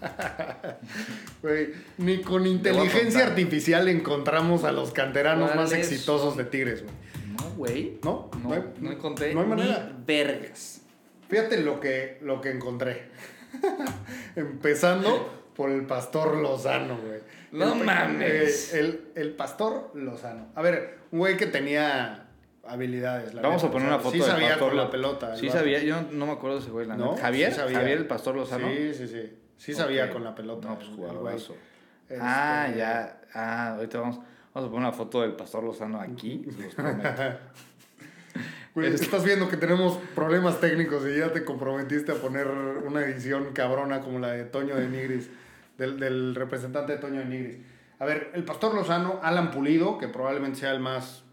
güey, ni con Te voy a inteligencia contar. artificial encontramos a los canteranos más ¿Cuáles exitosos son? de Tigres, güey. No, güey. ¿No? No, No hay- no encontré no hay manera. ni vergas. Fíjate lo que, lo que encontré. Empezando por el Pastor Lozano, güey. No El- mames. eh, El, el Pastor Lozano. A ver, un güey que tenía habilidades. La Vamos neta, a poner o sea, una foto sí del sabía Pastor con Lo- la pelota. el Sí vato. sabía, yo no me acuerdo de ese güey. La ¿No? neta. Javier, Sí sabía. Javier el Pastor Lozano. Sí, sí, sí. Sí sabía Ok. con la pelota. No, pues el- el güey. jugadorazo. Este, Ah, ya. Ah, ahorita vamos, vamos a poner una foto del Pastor Lozano aquí. Se los prometo. Güey, Este- estás viendo que tenemos problemas técnicos y ya te comprometiste a poner una edición cabrona como la de Toño de Nigris, del, del representante de Toño de Nigris. A ver, el Pastor Lozano, Alan Pulido, que probablemente sea el más,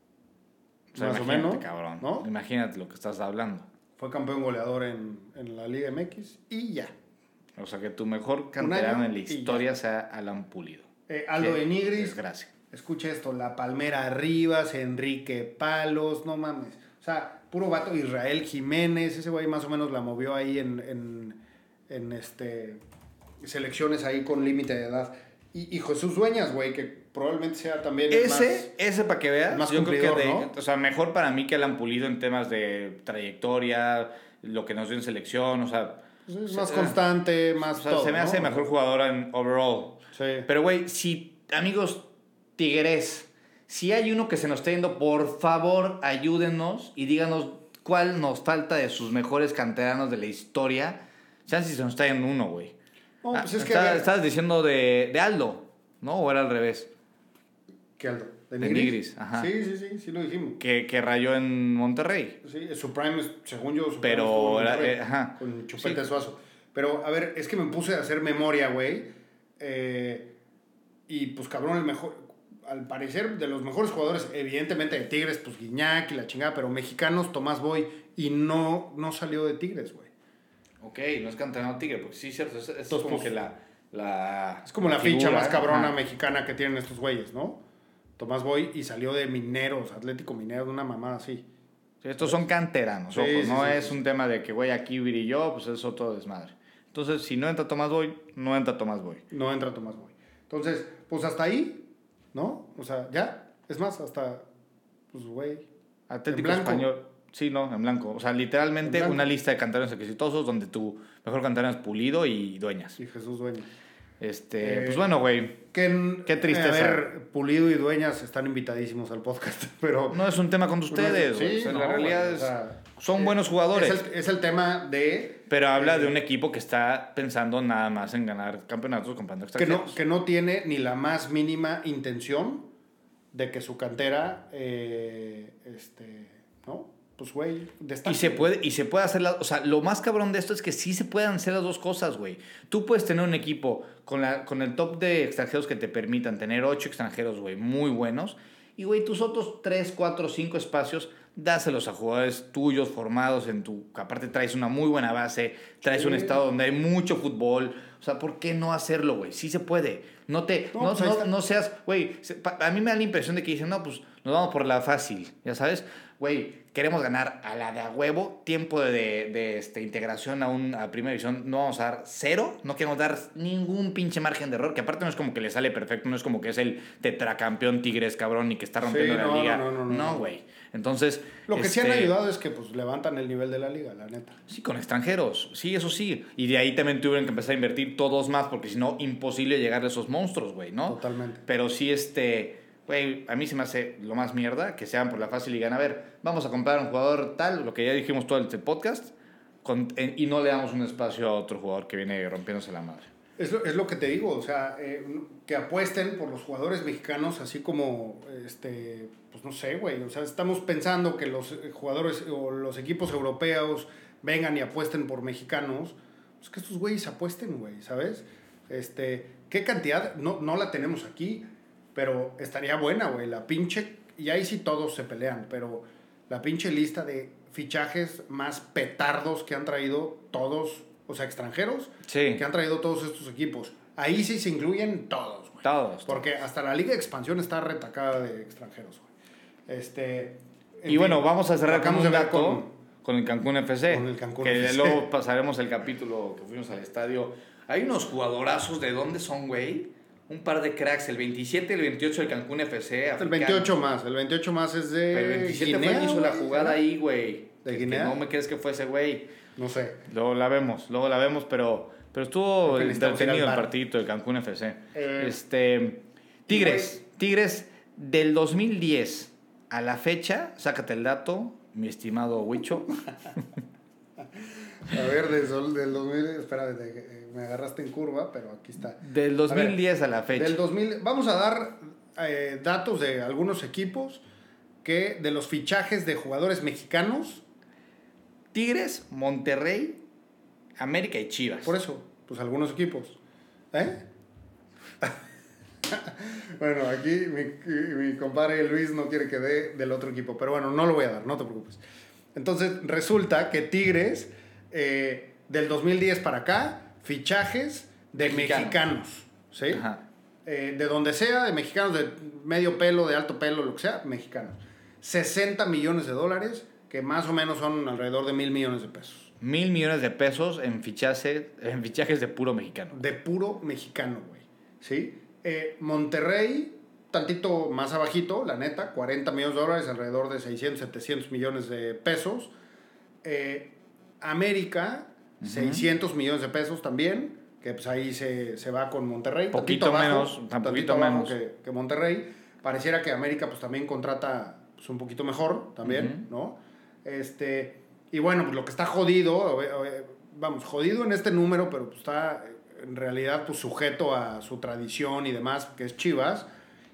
O sea, más o imagínate, menos, cabrón. ¿no? Imagínate lo que estás hablando. Fue campeón goleador en, en la Liga M X y ya. O sea, que tu mejor canterano año en la y historia ya. sea Alan Pulido. Eh, Aldo Qué de Nigris, Desgracia. escucha esto, La Palmera Rivas, Enrique Palos, no mames. O sea, puro vato, Israel Jiménez, ese güey más o menos la movió ahí en, en, en este, selecciones ahí con límite de edad. Y, y Jesús Dueñas, güey, que probablemente sea también el Ese, ese para que veas, el más yo creo que cumplidor, de, ¿no? o sea, mejor para mí que Alan Pulido en temas de trayectoria, lo que nos dio en selección, o sea, más, es más se- constante, más o sea, todo, se me ¿no? hace mejor jugador en overall. Sí. Pero güey, si amigos Tigres, si hay uno que se nos está yendo, por favor, ayúdenos y díganos cuál nos falta de sus mejores canteranos de la historia. Chance si se nos está yendo uno, güey. No, Ah, pues es que... está- a ver, estabas diciendo de, de Aldo, ¿no? ¿O era al revés? ¿qué Aldo? ¿De de Nigris? Nigris, ajá. Sí, sí, sí, sí lo dijimos. Que, que rayó en Monterrey. Sí, su prime, es- según yo, su Pero prime estuvo en era- Monterrey, eh, ajá. con Chupete Sí. Suazo. Pero, a ver, es que me puse a hacer memoria, güey. Eh, y, pues, cabrón, el mejor... Al parecer, de los mejores jugadores, evidentemente de Tigres, pues, Guiñac y la chingada, pero mexicanos, Tomás Boy, y no, no salió de Tigres, güey. Ok, no es canterano Tigre, porque sí, cierto, es, es Entonces, como pues, que la... la Es como la figura, ficha más cabrona ajá. mexicana que tienen estos güeyes, ¿no? Tomás Boy y salió de Mineros, Atlético Mineros, una mamada así. Sí, estos son canteranos, Sí, ojo, sí, no sí, es sí. un tema de que, güey, aquí brilló, pues es otro desmadre. Entonces, si no entra Tomás Boy, no entra Tomás Boy. No entra Tomás Boy. Entonces, pues hasta ahí, ¿no? O sea, ya. Es más, hasta, pues, güey. Atlético En blanco. Español, sí, no, en blanco. O sea, literalmente En blanco. una lista de canteranos exitosos donde tu mejor canterano es Pulido y Dueñas. Y Jesús Dueñas. Este, Eh, pues bueno, güey, Que, Qué tristeza. A ver, Pulido y Dueñas están invitadísimos al podcast, pero... no es un tema con ustedes, güey. Sí, O sea, no, la realidad güey, o es, sea, son eh, buenos jugadores. Es el, es el tema de... Pero habla eh, de un equipo que está pensando nada más en ganar campeonatos comprando que no, extranjeros. que no tiene ni la más mínima intención de que su cantera, eh, este, ¿no? Pues, güey, destaque. Y se puede, y se puede hacer las, o sea, lo más cabrón de esto es que sí se pueden hacer las dos cosas, güey. Tú puedes tener un equipo con, la, con el top de extranjeros que te permitan tener ocho extranjeros, güey, muy buenos. Y, güey, tus otros tres, cuatro, cinco espacios, dáselos a jugadores tuyos formados en tu... Aparte traes una muy buena base, traes Sí. un estado donde hay mucho fútbol. O sea, ¿por qué no hacerlo, güey? Sí se puede. No te... No, No, pues ahí no, está. no seas... Güey, se- pa- a mí me da la impresión de que dicen, no, pues nos vamos por la fácil, ¿ya sabes? Güey, queremos ganar a la de a huevo, tiempo de, de este, integración a, un, a primera división, no vamos a dar cero, no queremos dar ningún pinche margen de error, que aparte no es como que le sale perfecto, no es como que es el tetracampeón Tigres, cabrón, y que está rompiendo Sí, la no, liga. no, no, no, no. No, güey. Entonces... Lo que sí han este, ayudado es que, pues, levantan el nivel de la liga, la neta. Sí, con extranjeros, sí, eso sí. Y de ahí también tuvieron que empezar a invertir todos más, porque si no, imposible llegar a esos monstruos, güey, ¿no? Totalmente. Pero sí, este, güey, a mí se me hace lo más mierda que sean por la fácil y digan, a ver, vamos a comprar un jugador tal, lo que ya dijimos todo el podcast, con, en- y no le damos un espacio a otro jugador que viene rompiéndose la madre. Es lo, es lo que te digo, o sea, eh, que apuesten por los jugadores mexicanos, así como, este, pues no sé, güey, o sea, estamos pensando que los eh, jugadores o los equipos europeos vengan y apuesten por mexicanos, pues que estos güeyes apuesten, güey, ¿sabes? Este, ¿qué cantidad? No, no la tenemos aquí, pero estaría buena, güey, la pinche, y ahí sí todos se pelean, pero la pinche lista de fichajes más petardos que han traído todos, o sea, extranjeros, sí. que han traído todos estos equipos. Ahí sí se incluyen todos, güey. Todos. Porque todos. hasta la Liga de Expansión está retacada de extranjeros, güey. Este, y fin, bueno, vamos a cerrar con un dato con, con el Cancún F C. Con el Cancún que F C. luego pasaremos el capítulo que fuimos al estadio. Hay unos jugadorazos, ¿de dónde son, güey? Un par de cracks, el veintisiete y el veintiocho del Cancún F C. El veintiocho más, el veintiocho más es de Pero el veintisiete Guinea, fue el que hizo la güey, jugada ahí, güey. ¿De que, Guinea? que no me crees que fue ese güey. No sé. Luego la vemos, luego la vemos, pero, pero estuvo entretenido el partidito del Cancún F C. Eh, este, Tigres, Tigres del dos mil diez a la fecha, sácate el dato, mi estimado Huicho. A ver, del, del dos mil, espera, de, me agarraste en curva, pero aquí está. Del dos mil diez a, ver, a la fecha. Del dos mil, vamos a dar eh, datos de algunos equipos que de los fichajes de jugadores mexicanos. Tigres, Monterrey, América y Chivas. Por eso, pues algunos equipos. ¿Eh? Bueno, aquí mi, mi compadre Luis no quiere que dé del otro equipo, pero bueno, no lo voy a dar, no te preocupes. Entonces, resulta que Tigres, eh, del dos mil diez para acá, fichajes de Mexicano. mexicanos, ¿sí? Ajá. Eh, de donde sea, de mexicanos, de medio pelo, de alto pelo, lo que sea, mexicanos. sesenta millones de dólares, que más o menos son alrededor de mil millones de pesos. Mil millones de pesos en, fichaje, en fichajes de puro mexicano. De puro mexicano, güey, ¿sí? Eh, Monterrey, tantito más abajito, la neta, cuarenta millones de dólares, alrededor de seiscientos, setecientos millones de pesos. Eh, América, uh-huh. seiscientos millones de pesos también, que pues ahí se, se va con Monterrey. Poquito abajo, menos, un poquito menos. Que, que Monterrey. Pareciera que América pues también contrata pues, un poquito mejor también, uh-huh. ¿no? Este, y bueno, pues lo que está jodido, vamos, jodido en este número, pero pues está en realidad pues sujeto a su tradición y demás, que es Chivas,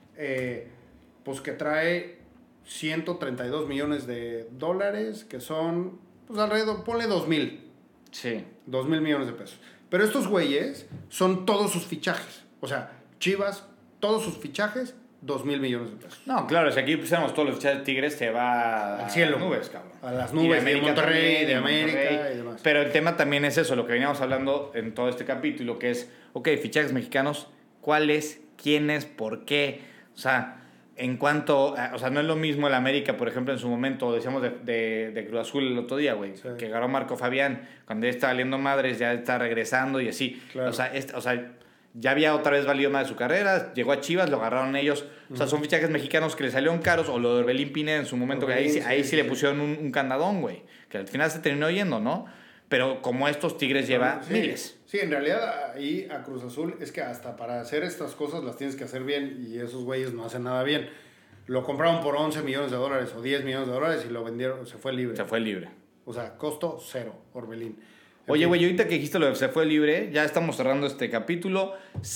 eh, pues que trae ciento treinta y dos millones de dólares, que son, pues alrededor, ponle dos mil. Sí. dos mil millones de pesos. Pero estos güeyes son todos sus fichajes. O sea, Chivas, todos sus fichajes, dos mil millones de pesos. No, claro, si aquí pusiéramos todos los fichajes de Tigres, se va al cielo. A las nubes, cabrón. A las nubes de, de Monterrey, también, de América Monterrey. Y demás. Pero el tema también es eso, lo que veníamos hablando en todo este capítulo, que es, ok, fichajes mexicanos, ¿cuáles? ¿Quiénes? ¿Por qué? O sea, en cuanto, a, o sea, no es lo mismo el América, por ejemplo, en su momento, decíamos de, de, de Cruz Azul el otro día, güey, sí. que agarró Marco Fabián, cuando ya está valiendo madres, ya está regresando y así. Claro. O sea, este, o sea, ya había otra vez valido más de su carrera, llegó a Chivas, lo agarraron ellos. O sea, son fichajes mexicanos que le salieron caros, o lo de Orbelín Pineda en su momento, Orbelín, que ahí, sí, ahí sí, sí le pusieron un, un candadón, güey, que al final se terminó yendo, ¿no? Pero como estos Tigres lleva sí, miles. Sí, en realidad ahí a Cruz Azul es que hasta para hacer estas cosas las tienes que hacer bien y esos güeyes no hacen nada bien. Lo compraron por once millones de dólares o diez millones de dólares y lo vendieron, se fue libre. Se fue libre. O sea, costo cero, Orbelín. Oye, güey, ahorita que dijiste lo de se fue libre, ya estamos cerrando este capítulo.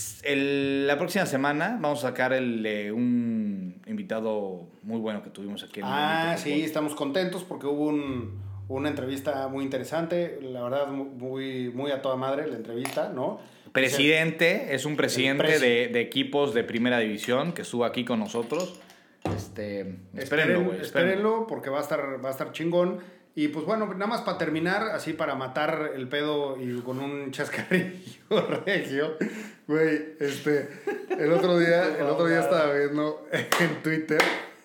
El, la próxima semana vamos a sacar el, eh, un invitado muy bueno que tuvimos aquí en Ah, sí, estamos contentos porque hubo un, una entrevista muy interesante. La verdad, muy, muy a toda madre la entrevista, ¿no? Presidente, es un presidente de, de equipos de primera división que estuvo aquí con nosotros. Este, espérenlo, güey. Espérenlo porque va a estar, va a estar chingón. Y pues bueno, nada más para terminar, así para matar el pedo y con un chascarrillo regio, güey, este, el otro día, el otro día estaba viendo en Twitter,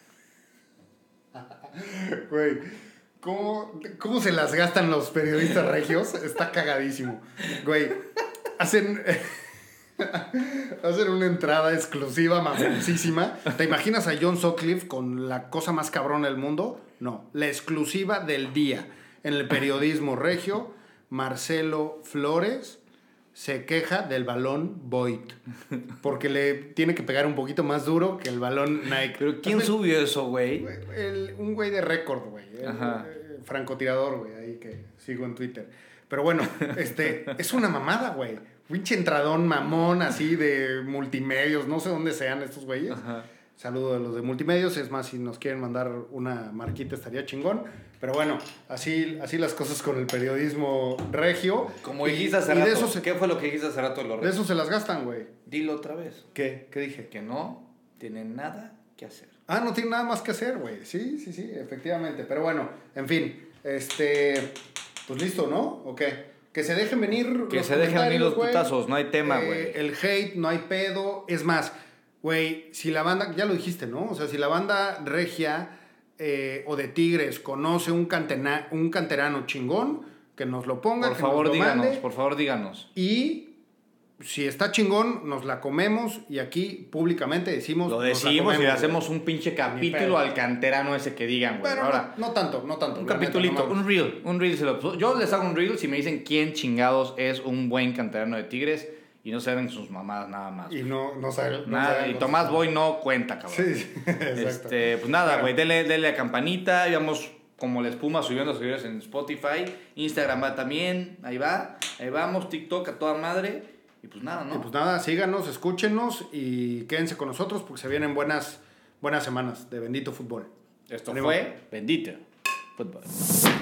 güey, ¿cómo, cómo se las gastan los periodistas regios? Está cagadísimo, güey, hacen... Hacen una entrada exclusiva, mamoncísima. ¿Te imaginas a John Sutcliffe con la cosa más cabrona del mundo? No, la exclusiva del día. En el periodismo regio, Marcelo Flores se queja del balón Voit. Porque le tiene que pegar un poquito más duro que el balón Nike. ¿Pero quién subió eso, güey? Un güey de récord, güey. El francotirador, güey, ahí que sigo en Twitter. Pero bueno, este, es una mamada, güey. Pinche entradón mamón así de multimedios, no sé dónde sean estos güeyes. Ajá. Saludo a los de multimedios, es más, si nos quieren mandar una marquita estaría chingón. Pero bueno, así, así las cosas con el periodismo regio. Como dijiste hace rato, de eso se, ¿qué fue lo que dijiste hace rato de los regios? De eso se las gastan, güey. Dilo otra vez. ¿Qué? ¿Qué dije? Que no tienen nada que hacer. Ah, no tienen nada más que hacer, güey. Sí, sí, sí, efectivamente. Pero bueno, en fin, Este, pues listo, ¿no? ¿O qué? Que se dejen venir Que se dejen venir los güey. putazos, no hay tema, güey. Eh, el hate, no hay pedo. Es más, güey, si la banda, ya lo dijiste, ¿no? O sea, si la banda regia eh, o de Tigres conoce un, cantena, un canterano chingón, que nos lo ponga, por que favor, nos lo díganos, mande. por favor, díganos. Y si está chingón, nos la comemos y aquí públicamente decimos... Lo nos la decimos comemos, y le güey. hacemos un pinche capítulo al canterano ese que digan, güey. Pero Ahora, no, no tanto, no tanto. un la neta, capitulito, no mames. un reel, un reel. Se lo, yo les hago un reel si me dicen quién chingados es un buen canterano de Tigres y no saben sus mamadas nada más. Y no, no sabe. no Nada, sabe y cosas. Tomás Boy no cuenta, cabrón. Sí, sí, exacto. Este, pues nada, Claro. güey, denle, denle a campanita, íbamos como la espuma subiendo seguidores en Spotify, Instagram va también, ahí va, ahí vamos, TikTok a toda madre, y pues nada, ¿no? Y pues nada, síganos, escúchenos y quédense con nosotros porque se vienen buenas, buenas semanas de bendito fútbol. Esto Ánimo. fue Bendito Fútbol.